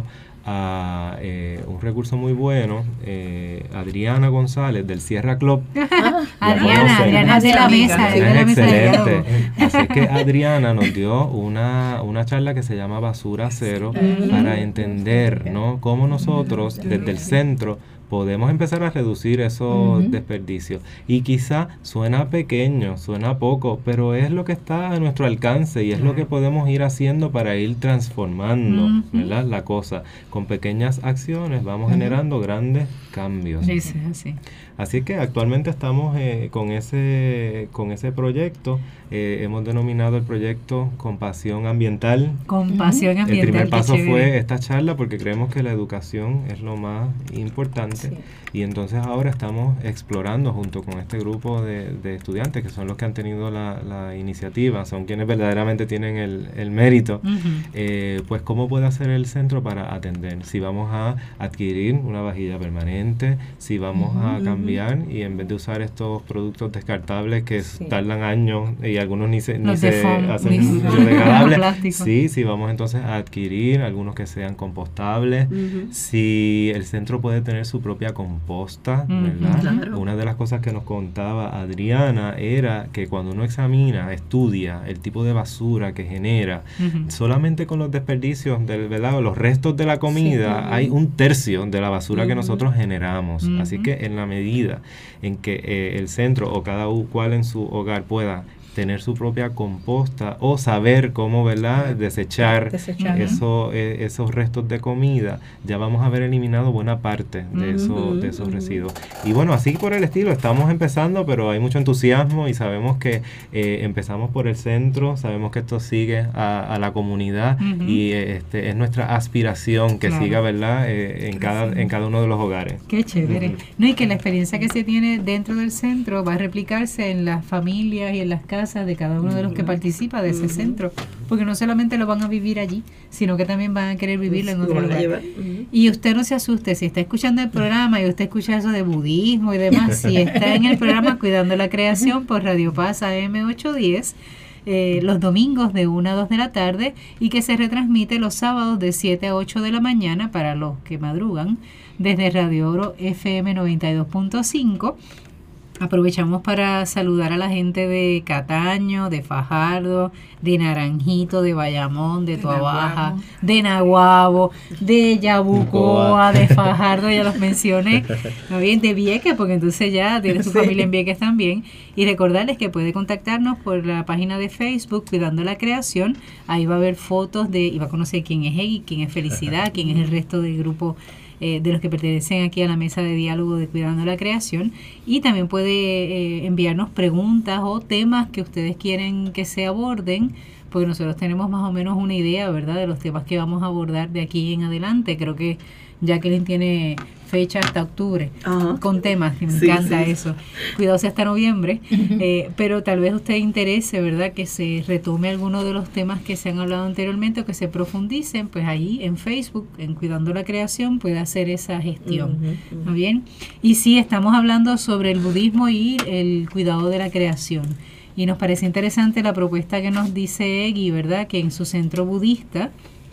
a eh, un recurso muy bueno, eh, Adriana González del Sierra Club. Adriana, Adriana de la mesa. Adriana es excelente. Así que Adriana nos dio una, una charla que se llama Basura Cero uh-huh. para entender, ¿no?, cómo nosotros desde el centro podemos empezar a reducir esos uh-huh. desperdicios. Y quizá suena pequeño, suena poco, pero es lo que está a nuestro alcance y es lo que podemos ir haciendo para ir transformando, uh-huh. ¿verdad?, la cosa. Con pequeñas acciones vamos uh-huh. generando grandes cambios. Sí, sí, sí. Así que actualmente estamos eh, con ese con ese proyecto. Eh, hemos denominado el proyecto Compasión Ambiental. Compasión Ambiental. El primer paso fue esta charla porque creemos que la educación es lo más importante. Sí. Y entonces ahora estamos explorando junto con este grupo de, de estudiantes que son los que han tenido la, la iniciativa, son quienes verdaderamente tienen el, el mérito, uh-huh. eh, pues cómo puede hacer el centro para atender. Si vamos a adquirir una vajilla permanente, si vamos uh-huh. a cambiar y en vez de usar estos productos descartables que sí. tardan años y algunos ni se, ni se foam, hacen biodegradables, sí, si vamos entonces a adquirir algunos que sean compostables, uh-huh. si el centro puede tener su propia composta, ¿verdad? Uh-huh, claro. Una de las cosas que nos contaba Adriana era que cuando uno examina, estudia el tipo de basura que genera, uh-huh. solamente con los desperdicios, del, ¿verdad?, los restos de la comida, sí, uh-huh. hay un tercio de la basura uh-huh. que nosotros generamos. Uh-huh. Así que en la medida en que eh, el centro o cada cual en su hogar pueda tener su propia composta o saber cómo, ¿verdad?, desechar, Desechar. eso, eh, esos restos de comida, ya vamos a haber eliminado buena parte de, Ujú, eso, de esos ujú. residuos. Y bueno, así por el estilo, estamos empezando, pero hay mucho entusiasmo y sabemos que eh, empezamos por el centro, sabemos que esto sigue a, a la comunidad Ujú. y eh, este, es nuestra aspiración que Claro. siga, ¿verdad?, eh, en, cada, en cada uno de los hogares. Qué chévere. Ujú. No, y que la experiencia que se tiene dentro del centro va a replicarse en las familias y en las casas de cada uno de los que participa de ese Ujú. centro, porque no solamente lo van a vivir allí, sino que también van a querer vivirlo en Lo otro van a lugar. llevar. Ujú. Y usted no se asuste, si está escuchando el programa y usted escucha eso de budismo y demás, si está en el programa Cuidando la Creación por Radio Paz A M ochocientos diez, eh, los domingos de una a dos de la tarde, y que se retransmite los sábados de siete a ocho de la mañana para los que madrugan, desde Radio Oro F M noventa y dos punto cinco. Aprovechamos para saludar a la gente de Cataño, de Fajardo, de Naranjito, de Bayamón, de De Toabaja, Naguabo. de Naguabo, de Yabucoa, de Fajardo, ya los mencioné, no bien, de Vieques, porque entonces ya tiene su Sí. familia en Vieques también. Y recordarles que puede contactarnos por la página de Facebook Cuidando la Creación. Ahí va a haber fotos de, y va a conocer quién es Egui, quién es Felicidad, quién es el resto del grupo eh, de los que pertenecen aquí a la mesa de diálogo de Cuidando la Creación. Y también puede eh, enviarnos preguntas o temas que ustedes quieren que se aborden, porque nosotros tenemos más o menos una idea, ¿verdad?, de los temas que vamos a abordar de aquí en adelante. Creo que Jacqueline tiene fecha hasta octubre Ajá. con temas, que me Sí, encanta sí. eso. Cuidado si hasta noviembre, eh, pero tal vez usted interese, ¿verdad?, que se retome alguno de los temas que se han hablado anteriormente o que se profundicen, pues ahí en Facebook, en Cuidando la Creación, puede hacer esa gestión. Ujú, ujú. ¿Muy bien? Y sí, estamos hablando sobre el budismo y el cuidado de la creación. Y nos parece interesante la propuesta que nos dice Egui, ¿verdad?, que en su centro budista,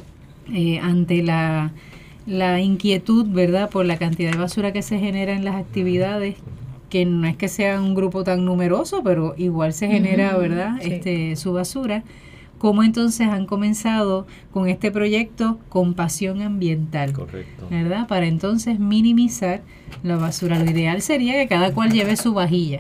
eh, ante la, la inquietud, ¿verdad?, por la cantidad de basura que se genera en las actividades, que no es que sea un grupo tan numeroso, pero igual se genera, Ujú, ¿verdad?, sí. este, su basura. ¿Cómo entonces han comenzado con este proyecto Compasión Ambiental? Correcto. ¿Verdad? Para entonces minimizar la basura. Lo ideal sería que cada cual lleve su vajilla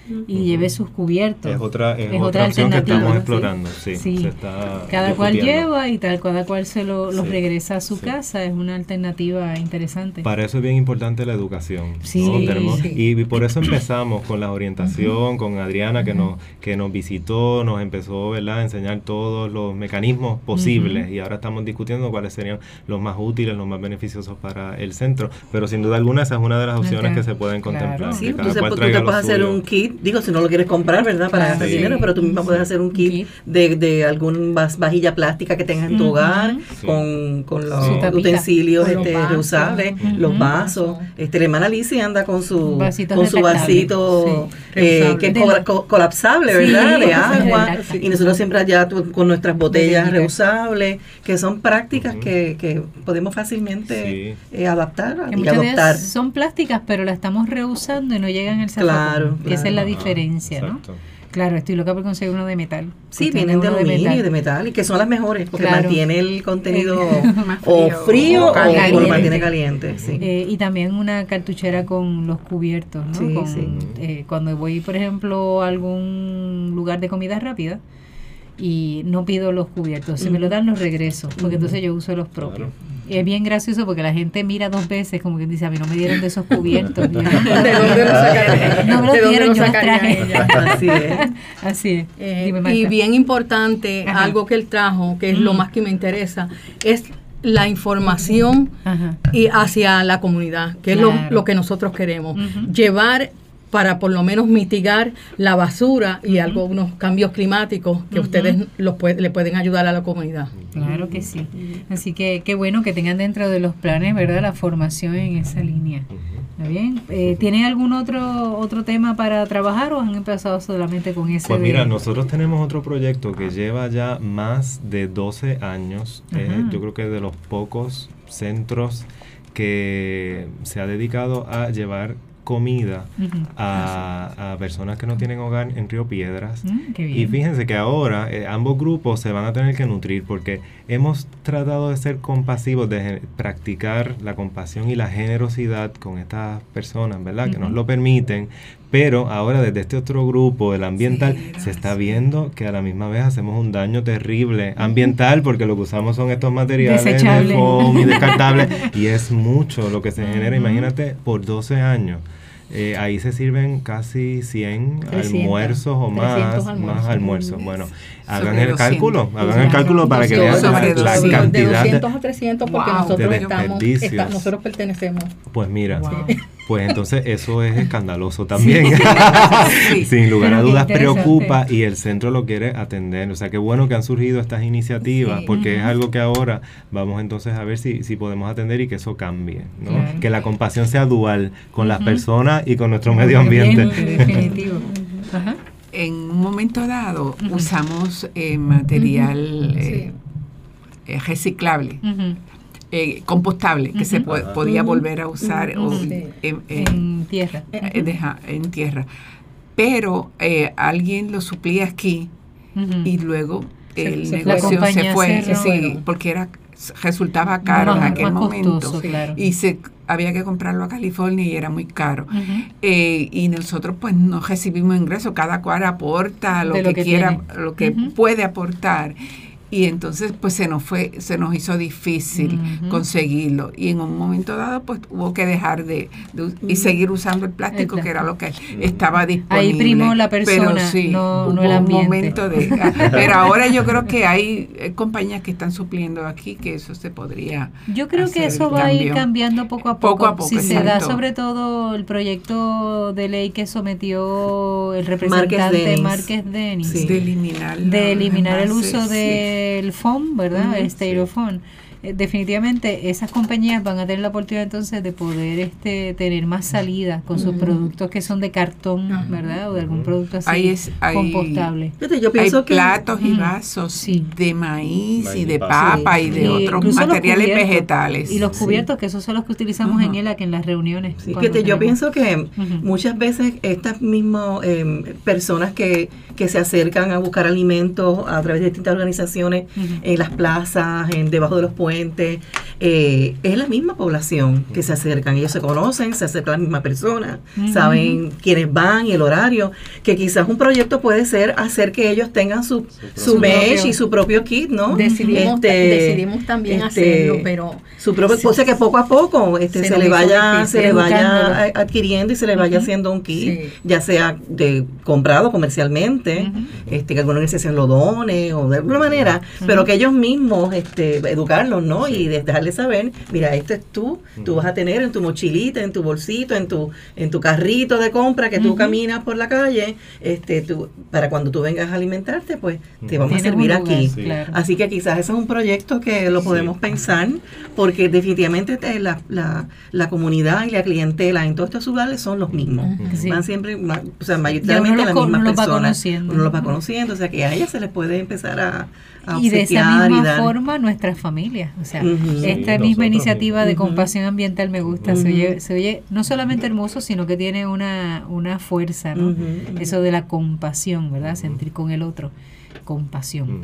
y lleve sus cubiertos. Es otra, es Es otra, otra opción que alternativa, estamos ¿sí? explorando. Sí, Sí. se está Cada cual discutiendo. lleva y tal, cada cual se lo, los Sí, regresa a su sí. casa. Es una alternativa interesante. Para eso es bien importante la educación. Sí, ¿no? Tenemos- sí. Y, y por eso empezamos con la orientación, con Adriana que nos que nos visitó, nos empezó, ¿verdad?, a enseñar todos los mecanismos posibles, Ujú. y ahora estamos discutiendo cuáles serían los más útiles, los más beneficiosos para el centro. Pero sin duda alguna esa es una de las opciones Acá, que se pueden claro. contemplar. Sí, que tú, cada se- cual tú traiga te lo puedes hacer suyo. un kit, digo, si no lo quieres comprar, ¿verdad?, para Claro, gastar sí. dinero, pero tú misma puedes hacer un kit kit. de, de algún vas- vajilla plástica que tengas en tu Ujú. hogar, Sí. con, con los Su tapita. utensilios Con los este, vasos. reusables, Ujú. los vasos. Vasos. Este, la hermana Alicia anda con su, Vasitos con su retractables. vasito Sí, eh, reusable. que es De cola- lo- co- colapsable, Sí, ¿verdad?, de sí, agua. retractable. Y nosotros siempre allá tu- con nuestras botellas Botellitas. reusables, que son prácticas Ujú. que, que podemos fácilmente Sí. eh, adaptar Que y muchas de adoptar. ellas son plásticas, pero la estamos reusando y no llegan al zafacón. Claro, Que esa es la claro. diferencia, ¿no? Exacto. Claro, estoy loca por conseguir uno de metal. Sí, Usted vienen de uno aluminio y de metal, y que son las mejores, porque Claro. mantiene el contenido Más o frío, frío o o, caliente. o lo mantiene caliente. Sí. Eh, y también una cartuchera con los cubiertos, ¿no? Sí, Con, sí. eh, cuando voy, por ejemplo, a algún lugar de comida rápida y no pido los cubiertos, si me lo dan los regreso, porque entonces yo uso los propios. Y es bien gracioso porque la gente mira dos veces, como que dice, a mí no me dieron de esos cubiertos. Y yo, ¿De dónde lo sacaría? No me lo ¿De dónde dieron, lo yo los sacaría traje. ella? Así es. Así es. Eh, Dime, y Marta. bien importante, Ajá. algo que él trajo, que es lo Mm. más que me interesa, es la información Ajá. y hacia la comunidad, que es lo, Claro. lo que nosotros queremos. Ujú. Llevar para por lo menos mitigar la basura y algunos cambios climáticos que Ujú. ustedes los pue- le pueden ayudar a la comunidad. Claro que sí. Así que qué bueno que tengan dentro de los planes, ¿verdad?, la formación en esa línea. ¿Está bien? Eh, ¿Tienen algún otro otro tema para trabajar o han empezado solamente con ese? Pues de- mira, nosotros tenemos otro proyecto que lleva ya más de doce años. Eh, Ajá. yo creo que de los pocos centros que se ha dedicado a llevar comida Ujú. a, a personas que no tienen hogar en Río Piedras. Mm, qué bien. Y fíjense que ahora eh, ambos grupos se van a tener que nutrir porque hemos tratado de ser compasivos, de gen- practicar la compasión y la generosidad con estas personas, ¿verdad? Que nos Ujú. lo permiten, Pero ahora desde este otro grupo, el ambiental, Sí, se está viendo que a la misma vez hacemos un daño terrible ambiental porque lo que usamos son estos materiales de Desechables. foam y descartables y es mucho lo que se genera, imagínate, por doce años. Eh, ahí se sirven casi cien trescientos, almuerzos o más, trescientos más almuerzos. almuerzos. Bueno, hagan Sobre el doscientos. cálculo, hagan el Claro. cálculo para que vean doscientos, la, sobre la doscientos. De cantidad de, doscientos a trescientos porque Wow. nosotros de estamos, desperdicios. está- nosotros pertenecemos. pues mira, Wow. pues entonces eso es escandaloso también. Sí. Sin lugar a Pero qué dudas interesante. preocupa y el centro lo quiere atender. O sea, qué bueno que han surgido estas iniciativas Sí. porque es algo que ahora vamos entonces a ver si, si podemos atender y que eso cambie, ¿no? Claro. Que la compasión sea dual con las Ujú. personas y con nuestro medio ambiente. Definitivo. Ajá. En un momento dado Ujú. usamos eh, material Ujú. eh, eh, reciclable, Ujú. eh, compostable, que se Ujú. po- podía Ujú. volver a usar o, Sí. en, en- En tierra. eh, deja- en tierra. Pero eh, alguien lo suplía aquí Ujú. y luego Se- el se fue. negocio La se compañía fue, cerró. sí, porque era resultaba caro Más- en aquel más momento costoso, claro. y se había que comprarlo a California y era muy caro. Ujú. Eh, y nosotros pues no recibimos ingresos, cada cual aporta lo, De lo que, que quiera, tiene. lo que Ujú. puede aportar. Y entonces pues se nos fue, se nos hizo difícil Ujú. conseguirlo. Y en un momento dado pues hubo que dejar de, de us- y seguir usando el plástico, El que era lo que estaba disponible. Ahí primó la persona, pero sí, no- no hubo el ambiente. un momento de... Pero ahora yo creo que hay eh, compañías que están supliendo aquí que eso se podría... Yo creo que hacer eso el va a ir cambio. cambiando poco a poco. Poco a poco, si se da exacto. sobre todo el proyecto de ley que sometió el representante Denis. Márquez Denis, Sí. De eliminar, de los eliminar el envases, uso sí. del foam, ¿verdad? Ujú, El styrofoam. Eh, definitivamente esas compañías van a tener la oportunidad entonces de poder este tener más salida con sus Ujú. productos que son de cartón, Ajá. ¿verdad? O de algún producto así Ahí es- ahí- compostable. Fíjate, yo Hay pienso que platos y Ujú. vasos Sí. de maíz, Maíz y y de papa. papa y de Y otros incluso los materiales cubiertos. vegetales. Y los Sí. cubiertos, que esos son los que utilizamos en Ajá. ELAC en las reuniones. Sí, cuando fíjate, yo tenemos- pienso que Ujú. muchas veces estas mismas eh, personas que, que se acercan a buscar alimentos a través de distintas organizaciones Ujú. en las plazas, en debajo de los puentes, eh, es la misma población que se acercan. Ellos se conocen, se acercan a la misma persona, Ujú. saben quiénes van y el horario, que quizás un proyecto puede ser hacer que ellos tengan su, su, propio- mesh y su propio kit, ¿no? Decidimos, Este, decidimos también este, hacerlo, pero su propio, Sí. o sea que poco a poco este, Se se, nos le hizo vaya, difícil. se le vaya Educándolo. a- adquiriendo y se le vaya Ujú. haciendo un kit, Sí. ya sea de comprado comercialmente, Ujú. este, que alguna organización lo done o de alguna manera, pero que ellos mismos este, educarlos, ¿no? Y de- dejarles saber, mira, esto es tú, tú vas a tener en tu mochilita, en tu bolsito, en tu, en tu carrito de compra que tú Ujú. caminas por la calle, este, tú, para cuando tú vengas a alimentarte, pues te Ujú. vamos a Tienes servir un lugar, aquí. Sí. claro. Así que quizás ese es un proyecto que lo podemos Sí. pensar, porque definitivamente te- la, la, la comunidad y la clientela en todos estos lugares son los mismos. Ujú. Sí. Van siempre, ma- o sea, Ya mayoritariamente uno las los co- mismas uno los va personas. conociendo. Uno los va conociendo, o sea que a ellas se les puede empezar a, a Y de esa obsequiar misma y dar. forma nuestras familias, o sea, Ujú. esta Sí, misma nosotros iniciativa de Ujú. compasión ambiental me gusta, se, Ujú. oye, se oye no solamente hermoso, sino que tiene una, una fuerza, ¿no? Ujú, ujú. Eso de la compasión, ¿verdad? Sentir con el otro, compasión,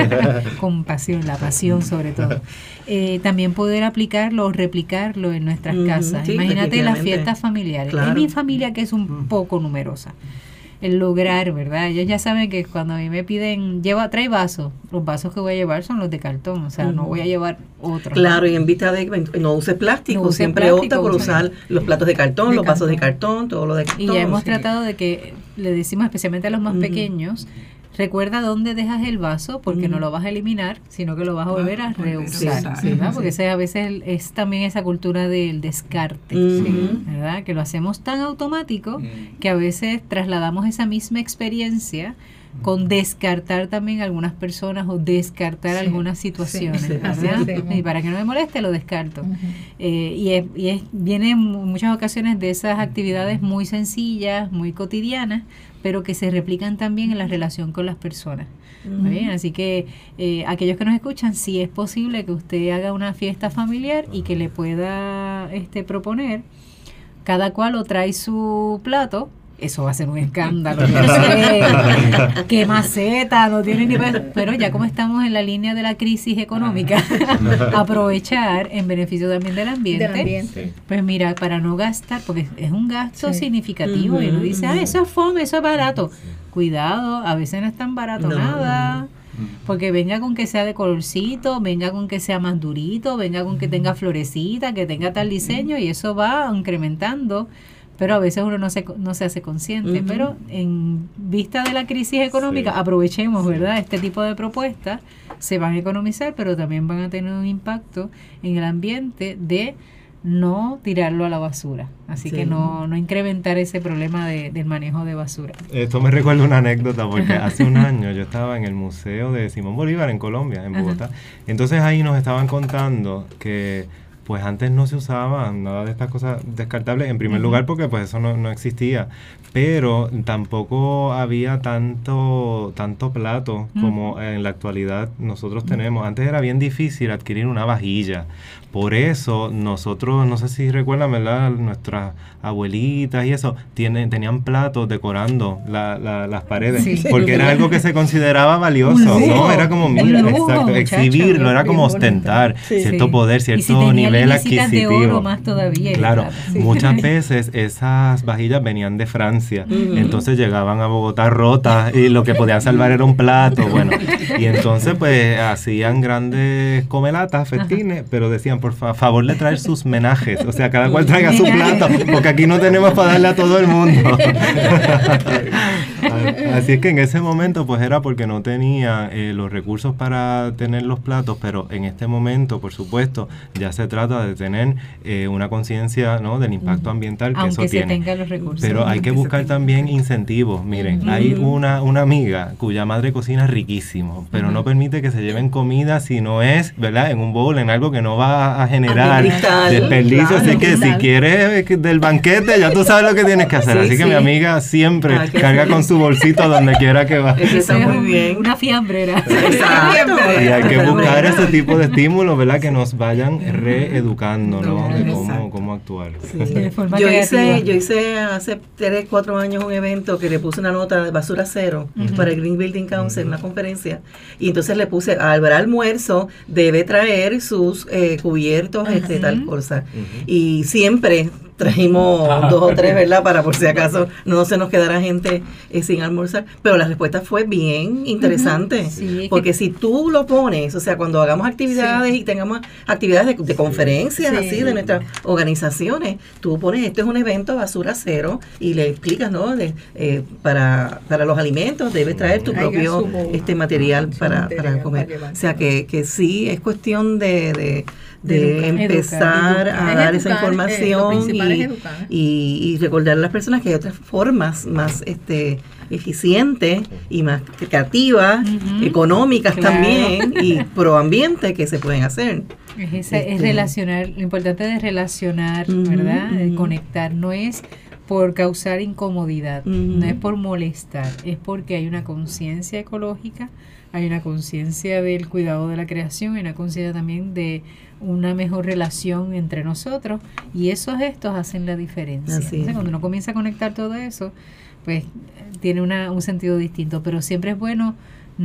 compasión, la pasión sobre todo. Eh, también poder aplicarlo o replicarlo en nuestras Ujú, casas. sí, Imagínate las definitivamente. fiestas familiares. Claro. En mi familia, que es un poco numerosa, el lograr, ¿verdad? Ellos ya saben que cuando a mí me piden, lleva, trae vasos, los vasos que voy a llevar son los de cartón, o sea, no Ujú. voy a llevar otros. Claro, y en vista de que no use plástico, No use siempre plástico, opta por use- usar los platos de cartón, De los vasos de cartón. cartón, todo lo de cartón. Y ya hemos sí. tratado de que le decimos especialmente a los más Ujú. pequeños, recuerda dónde dejas el vaso porque Ujú. no lo vas a eliminar, sino que lo vas a volver a Vas a volver a reusar, usar. Sí, ¿verdad? sí. Porque ese, a veces el- es también esa cultura del descarte, Ujú. ¿verdad? Que lo hacemos tan automático Mm. que a veces trasladamos esa misma experiencia con descartar también a algunas personas o descartar Sí, algunas sí, situaciones, sí, así ¿verdad? hacemos. Y para que no me moleste lo descarto. Ujú. Eh, y es, y es, viene en mu- muchas ocasiones de esas actividades muy sencillas, muy cotidianas, pero que se replican también en la relación con las personas. ¿Está bien? Así que eh, aquellos que nos escuchan, sí es posible que usted haga una fiesta familiar y que le pueda este proponer, cada cual o trae su plato eso va a ser un escándalo. Sé, qué maceta, no tiene ni... Pero ya como estamos en la línea de la crisis económica, aprovechar en beneficio también del ambiente, Del ambiente. pues mira, para no gastar, porque es un gasto Sí. significativo, Ujú, y uno dice, ah, ujú. eso es fome, eso es barato. Cuidado, a veces no es tan barato No, nada. Porque venga con que sea de colorcito, venga con que sea más durito, venga con que tenga florecita, que tenga tal diseño, y eso va incrementando, pero a veces uno no se, no se hace consciente. Ujú. Pero en vista de la crisis económica, Sí. aprovechemos, ¿verdad? Este tipo de propuestas se van a economizar, pero también van a tener un impacto en el ambiente de no tirarlo a la basura. Así Sí. que no, no incrementar ese problema de, del manejo de basura. Esto me recuerda una anécdota porque hace un año yo estaba en el Museo de Simón Bolívar en Colombia, en Ajá. Bogotá. Entonces ahí nos estaban contando que pues antes no se usaban nada de estas cosas descartables, en primer Ujú. lugar porque pues eso no, no existía, pero tampoco había tanto, tanto plato como en la actualidad nosotros tenemos. Antes era bien difícil adquirir una vajilla. Por eso nosotros, no sé si recuerdan, ¿verdad? Nuestras abuelitas y eso, tienen, tenían platos decorando la, la, las paredes, Sí. porque era algo que se consideraba valioso, Un lujo, ¿no? Era como, un mira, lujo, exacto, muchacho, exhibirlo, era como bien bonito. ostentar Sí. cierto Sí. poder, Y si cierto tenía nivel linecitas de adquisitivo. oro, más todavía. Claro, Sí. muchas veces esas vajillas venían de Francia, Ujú. entonces llegaban a Bogotá rotas y lo que podían salvar era un plato, bueno, y entonces pues hacían grandes comelatas, festines, pero decían, por fa- favor de traer sus menajes, o sea, cada cual traiga su plato, porque aquí no tenemos para darle a todo el mundo. Así es que en ese momento pues era porque no tenía eh, los recursos para tener los platos, pero en este momento, por supuesto, ya se trata de tener eh, una conciencia, ¿no?, del impacto ambiental que Aunque eso se tiene. tenga los recursos. Pero hay que buscar también incentivos. Miren, hay una, una amiga cuya madre cocina riquísimo, pero no permite que se lleven comida si no es, ¿verdad?, en un bowl, en algo que no va a generar de cristal, desperdicio. claro, Así que si cristal. quieres eh, del banquete, ya tú sabes lo que tienes que hacer. Sí, Así que sí. mi amiga siempre Ah, qué carga bien. con su bolsito donde quiera que va. Eso está Es muy un- bien. Una fiambrera. Exacto. Y hay que Pero buscar bueno. ese tipo de estímulos, ¿verdad?, que nos vayan reeducando, ¿no?, de Exacto. cómo, cómo actuar. Sí. De forma Yo creativa. hice, yo hice hace tres, cuatro años un evento que le puse una nota de basura cero para el Green Building Council, una conferencia, y entonces le puse, al almuerzo debe traer sus eh, cubiertos, este, tal cosa. Y siempre trajimos dos o tres, ¿verdad? Para por si acaso no se nos quedara gente eh, sin almorzar. Pero la respuesta fue bien interesante. Sí, es que- porque si tú lo pones, o sea, cuando hagamos actividades y tengamos actividades de, de conferencias Sí. así de nuestras organizaciones, tú pones, este es un evento basura cero y le explicas, ¿no? De, eh, para, para los alimentos debes traer tu Traiga propio su bowl. este material Su para, material para comer. para llevar. O sea, que, que sí, es cuestión de... de de Educar, empezar educar, a Es dar educar, esa eh, información lo principal es y, educar. y, y recordar a las personas que hay otras formas más este eficientes y más creativas, Ujú. económicas Claro. también y proambiente que se pueden hacer. Es, esa- es Este- relacionar, lo importante es relacionar, Ujú, ¿verdad? De ujú. conectar, no es por causar incomodidad, Ujú. no es por molestar, es porque hay una conciencia ecológica, hay una conciencia del cuidado de la creación, hay una conciencia también de una mejor relación entre nosotros, y esos gestos hacen la diferencia. Así Entonces, es. cuando uno comienza a conectar todo eso, pues tiene una, un sentido distinto, pero siempre es bueno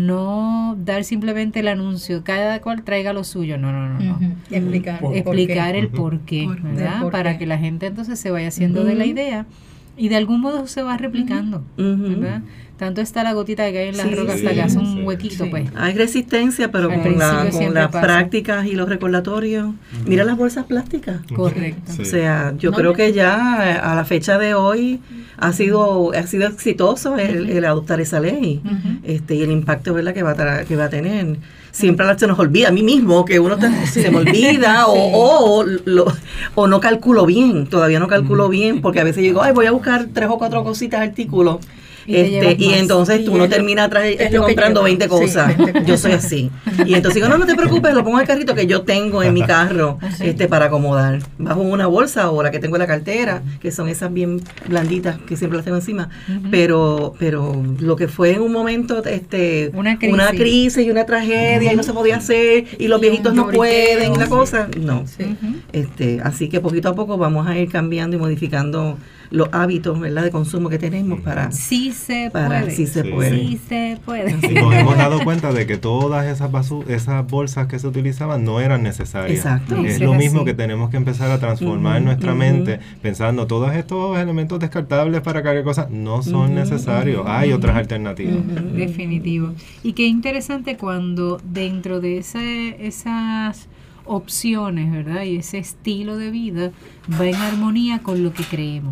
no dar simplemente el anuncio, cada cual traiga lo suyo, no, no, no, no. Ujú. Explicar. por qué. Explicar el porqué, Por- ¿verdad? por Para qué. que la gente entonces se vaya haciendo de la Ujú. idea y de algún modo se va replicando, Ujú. ¿verdad? Tanto está la gotita que hay en la Sí, roca sí, hasta que hace un sí. huequito, Sí. pues. Hay resistencia, pero Al con, la- principio con siempre las pasa. prácticas y los recordatorios. Mira las bolsas plásticas. Correcto. Sí. O sea, yo No, creo no. que ya eh, a la fecha de hoy ha sido ha sido exitoso el, el adoptar esa ley, Ujú. este y el impacto, ¿verdad?, que va a tra- que va a tener. Siempre se nos olvida, a mí mismo, que uno está- se me olvida o, o, lo- o no calculo bien, todavía no calculo bien, porque a veces digo, ay, voy a buscar tres o cuatro cositas, artículos. Y te Este, llevas y más. entonces Sí, tú no es lo- terminas tra- es este, lo que comprando lleva. veinte Sí, cosas. veinte Yo soy cosas. así. Y entonces digo, no, no te preocupes, lo pongo en el carrito que yo tengo en mi carro Sí. este para acomodar. Bajo una bolsa o la que tengo en la cartera, que son esas bien blanditas que siempre las tengo encima. Ujú. Pero pero lo que fue en un momento este Una crisis. crisis y una tragedia y no se podía hacer y los Y un viejitos no lloriqueo. pueden y la cosa, no. Sí. Ujú. Este, así que poquito a poco vamos a ir cambiando y modificando los hábitos, ¿verdad?, de consumo que tenemos para... Sí se para, puede. Sí se Sí. puede. Sí se puede. Y nos hemos dado cuenta de que todas esas basu- esas bolsas que se utilizaban no eran necesarias. Exacto. Es Sí, lo es mismo así. que tenemos que empezar a transformar Ujú, en nuestra ujú. mente, pensando todos estos elementos descartables para cargar cosas no son Ujú, necesarios. ujú, Hay ujú. otras alternativas. Ujú. Definitivo. Y qué interesante cuando dentro de ese, esas opciones, ¿verdad? Y ese estilo de vida va en armonía con lo que creemos,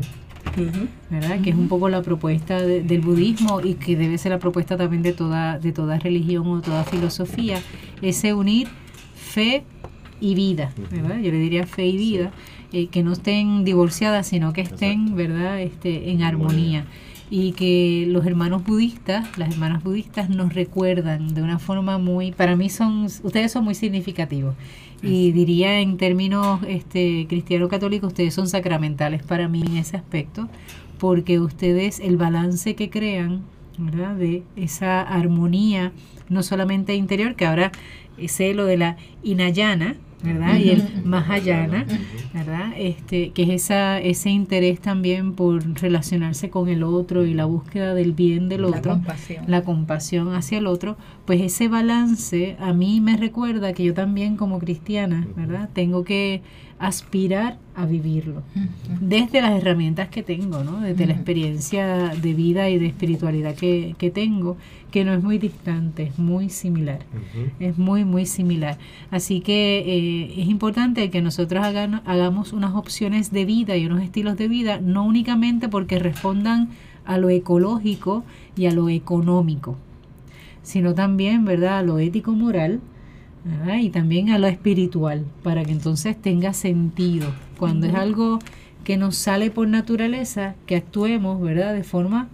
Ujú. ¿verdad? Que es un poco la propuesta de- del budismo y que debe ser la propuesta también de toda, de toda religión o toda filosofía, ese unir fe y vida, ¿verdad? Yo le diría fe y vida, eh, que no estén divorciadas, sino que estén, ¿verdad? Este, en armonía. Y que los hermanos budistas, las hermanas budistas nos recuerdan de una forma muy, para mí son, ustedes son muy significativos. Y diría en términos este, cristiano-católicos, ustedes son sacramentales para mí en ese aspecto, porque ustedes, el balance que crean, ¿verdad?, de esa armonía, no solamente interior, que ahora sé lo de la Hinayana, ¿verdad? Y el Mahayana, ¿verdad? Este, que es esa, ese interés también por relacionarse con el otro y la búsqueda del bien del La otro, compasión. la compasión hacia el otro, pues ese balance a mí me recuerda que yo también como cristiana, ¿verdad?, tengo que aspirar a vivirlo desde las herramientas que tengo, ¿no?, desde la experiencia de vida y de espiritualidad que, que tengo, que no es muy distante, es muy similar, es muy muy similar. Así que eh, es importante que nosotros hagan, hagamos unas opciones de vida y unos estilos de vida, no únicamente porque respondan a lo ecológico y a lo económico, sino también, ¿verdad?, a lo ético-moral, ¿verdad?, y también a lo espiritual, para que entonces tenga sentido. Cuando es algo que nos sale por naturaleza, que actuemos, ¿verdad?, de forma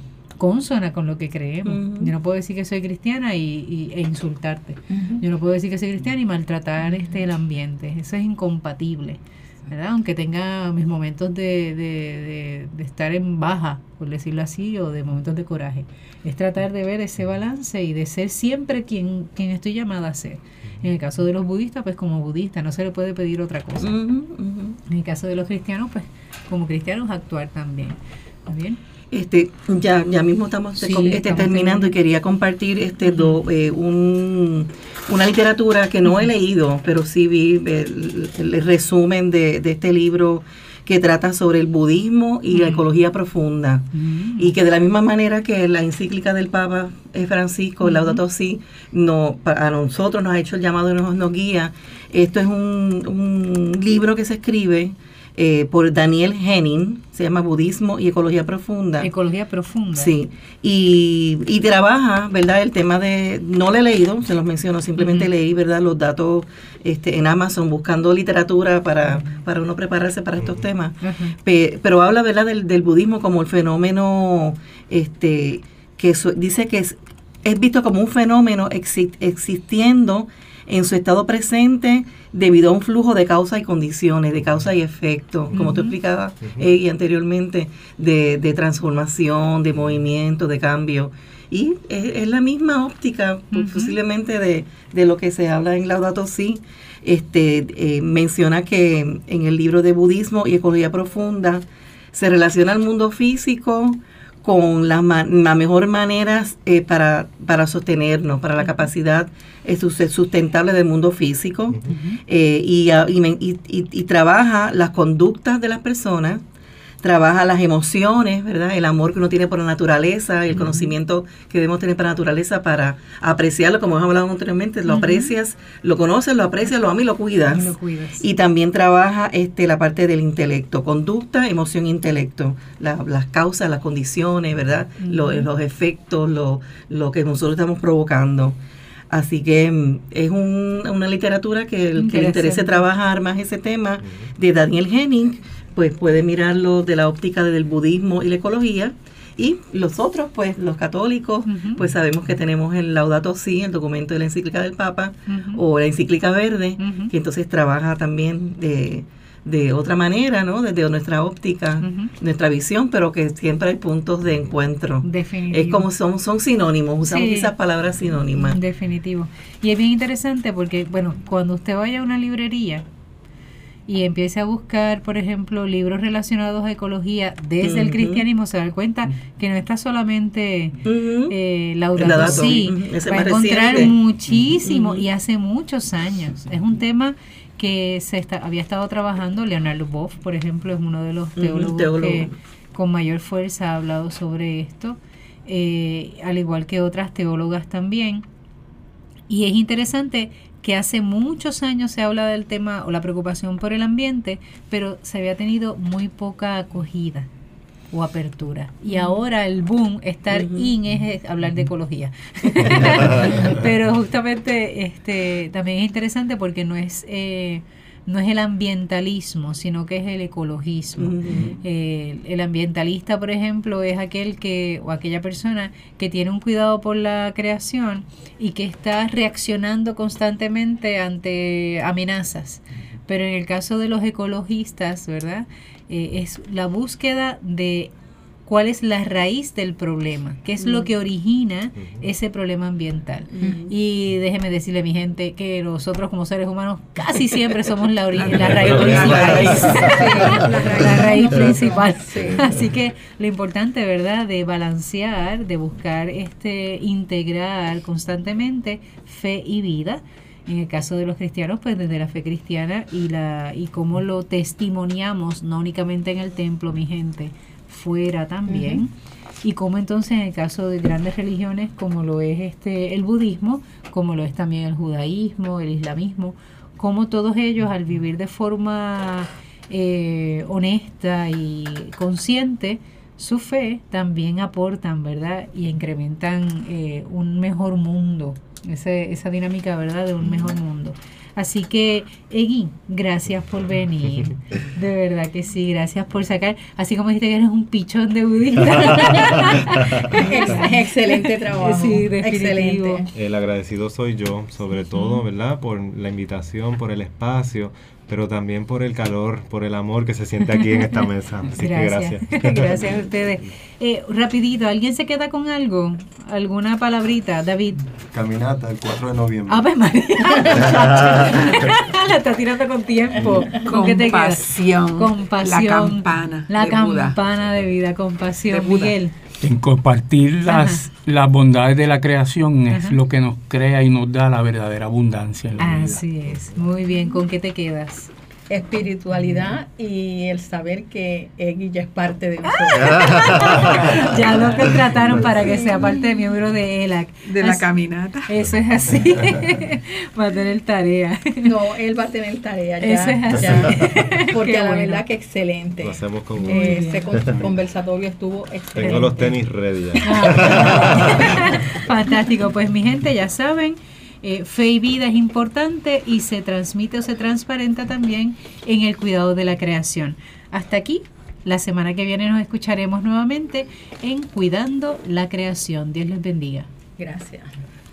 consona con lo que creemos. Ujú. Yo no puedo decir que soy cristiana y, y- e insultarte. Yo no puedo decir que soy cristiana y maltratar este el ambiente. Eso es incompatible, ¿verdad? Aunque tenga mis momentos de, de, de, de estar en baja, por decirlo así, o de momentos de coraje. Es tratar de ver ese balance y de ser siempre quien, quien estoy llamada a ser. En el caso de los budistas, pues como budista, no se le puede pedir otra cosa. Ujú, ujú. En el caso de los cristianos, pues como cristianos actuar también. ¿Está bien? Este, ya, ya mismo estamos, Sí, este, estamos terminando terminando. y quería compartir este do- eh, un, una literatura que no he leído, pero sí vi el, el resumen de, de este libro que trata sobre el budismo y la Ujú. ecología profunda. Mm. Y que de la misma manera que la encíclica del Papa eh, Francisco, Ujú. Laudato Si, no, pa- a nosotros nos ha hecho el llamado y nos, nos guía. Esto es un, un libro que se escribe eh, por Daniel Henning, se llama Budismo y Ecología Profunda. Ecología profunda. Sí, y, y trabaja, ¿verdad? El tema de, no lo he leído, se los menciono, simplemente Ujú. leí, ¿verdad? Los datos este, en Amazon buscando literatura para, para uno prepararse para estos temas. Ajá. Pe- pero habla, ¿verdad? Del, del budismo como el fenómeno, este, que su- dice que es, es visto como un fenómeno exi- existiendo en su estado presente debido a un flujo de causa y condiciones, de causa y efecto, como tú Ujú. explicabas eh, anteriormente, de, de transformación, de movimiento, de cambio. Y es, es la misma óptica, pues, Ujú. posiblemente, de, de lo que se habla en Laudato Si. Este, eh, menciona que en el libro de Budismo y Ecología Profunda se relaciona el mundo físico con las ma- la mejor maneras eh, para, para sostenernos, para la capacidad eh, sus- sustentable del mundo físico, eh, y, a- y, men- y- y- y trabaja las conductas de las personas, trabaja las emociones, ¿verdad? El amor que uno tiene por la naturaleza, el conocimiento que debemos tener para la naturaleza para apreciarlo, como hemos hablado anteriormente, lo Ujú. aprecias, lo conoces, lo aprecias, lo amas y lo cuidas. Y lo cuidas. Y también trabaja este la parte del intelecto, conducta, emoción, intelecto, la- las causas, las condiciones, ¿verdad? Lo- Ujú. los efectos, lo, lo que nosotros estamos provocando. Así que mm, es un- una literatura que el que le interese Interesante. trabajar más ese tema de Daniel Henning, pues puede mirarlo de la óptica del budismo y la ecología. Y los otros, pues los católicos, Ujú. pues sabemos que tenemos el Laudato Si, el documento de la encíclica del Papa, Ujú. o la encíclica verde, Ujú. que entonces trabaja también de, de otra manera, ¿no? Desde nuestra óptica, Ujú. nuestra visión, pero que siempre hay puntos de encuentro. Definitivo. Es como son, son sinónimos, usamos Sí. esas palabras sinónimas. Definitivo. Y es bien interesante porque, bueno, cuando usted vaya a una librería y empiece a buscar, por ejemplo, libros relacionados a ecología desde Uh-huh. el cristianismo, se va a dar cuenta que no está solamente Uh-huh. eh, Laudato Laudato, Si, uh-huh. Ese va a más encontrar reciente. muchísimo, Uh-huh. y hace muchos años. Es un tema que se está, había estado trabajando. Leonardo Boff, por ejemplo, es uno de los Ujú, teólogos teólogo. que con mayor fuerza ha hablado sobre esto, eh, al igual que otras teólogas también. Y es interesante que hace muchos años se habla del tema o la preocupación por el ambiente, pero se había tenido muy poca acogida o apertura. Y ahora el boom, estar Ujú. in, es hablar de ecología. Pero justamente este también es interesante porque no es eh, no es el ambientalismo, sino que es el ecologismo. Ujú. Eh, el ambientalista, por ejemplo, es aquel que o aquella persona que tiene un cuidado por la creación y que está reaccionando constantemente ante amenazas. Pero en el caso de los ecologistas, ¿verdad? Eh, es la búsqueda de cuál es la raíz del problema, qué es lo que origina ese problema ambiental. Ujú. Y déjeme decirle, mi gente, que nosotros como seres humanos casi siempre somos la, ori- la La raíz raíz. principal. La raíz principal. Sí. Así que lo importante, ¿verdad?, de balancear, de buscar este integrar constantemente fe y vida. En el caso de los cristianos, pues desde la fe cristiana y la y cómo lo testimoniamos, no únicamente en el templo, mi gente, fuera también. Uh-huh. Y cómo entonces en el caso de grandes religiones como lo es este el budismo, como lo es también el judaísmo, el islamismo, cómo todos ellos al vivir de forma eh, honesta y consciente su fe, también aportan, ¿verdad? Y incrementan eh, un mejor mundo. Ese, esa dinámica, ¿verdad?, de un mejor mundo. Así que, Egui, gracias por venir. De verdad que sí, gracias por sacar. Así como dijiste que eres un pichón de budista. Excelente trabajo. Sí, definitivo. Excelente. El agradecido soy yo, sobre todo, ¿verdad?, por la invitación, por el espacio, pero también por el calor, por el amor que se siente aquí en esta mesa. Así gracias. que gracias. Gracias a ustedes. Eh, rapidito, ¿alguien se queda con algo? ¿Alguna palabrita? David. Caminata el cuatro de noviembre. ¡Ave María! La está tirando con tiempo. ¿Con qué te quedas? Compasión. Compasión. La campana. La de Buda. campana de vida, compasión. De Buda. Miguel. En compartir las, las bondades de la creación es Ajá. lo que nos crea y nos da la verdadera abundancia en la vida. Así es. Muy bien. ¿Con qué te quedas? Espiritualidad y el saber que Egui ya es parte de nosotros. Ya lo contrataron para que sea parte de miembro de E L A C. De la Así- caminata. Eso es así. Va a tener tarea. No, él va a tener tarea ya. Eso es así. ya. Porque Qué a la bueno. verdad que excelente. Lo hacemos con gusto. Eh, ese con- conversatorio estuvo excelente. Tengo los tenis ready ya. Fantástico, pues mi gente ya saben, eh, fe y vida es importante y se transmite o se transparenta también en el cuidado de la creación. Hasta aquí, la semana que viene nos escucharemos nuevamente en Cuidando la Creación. Dios les bendiga. Gracias.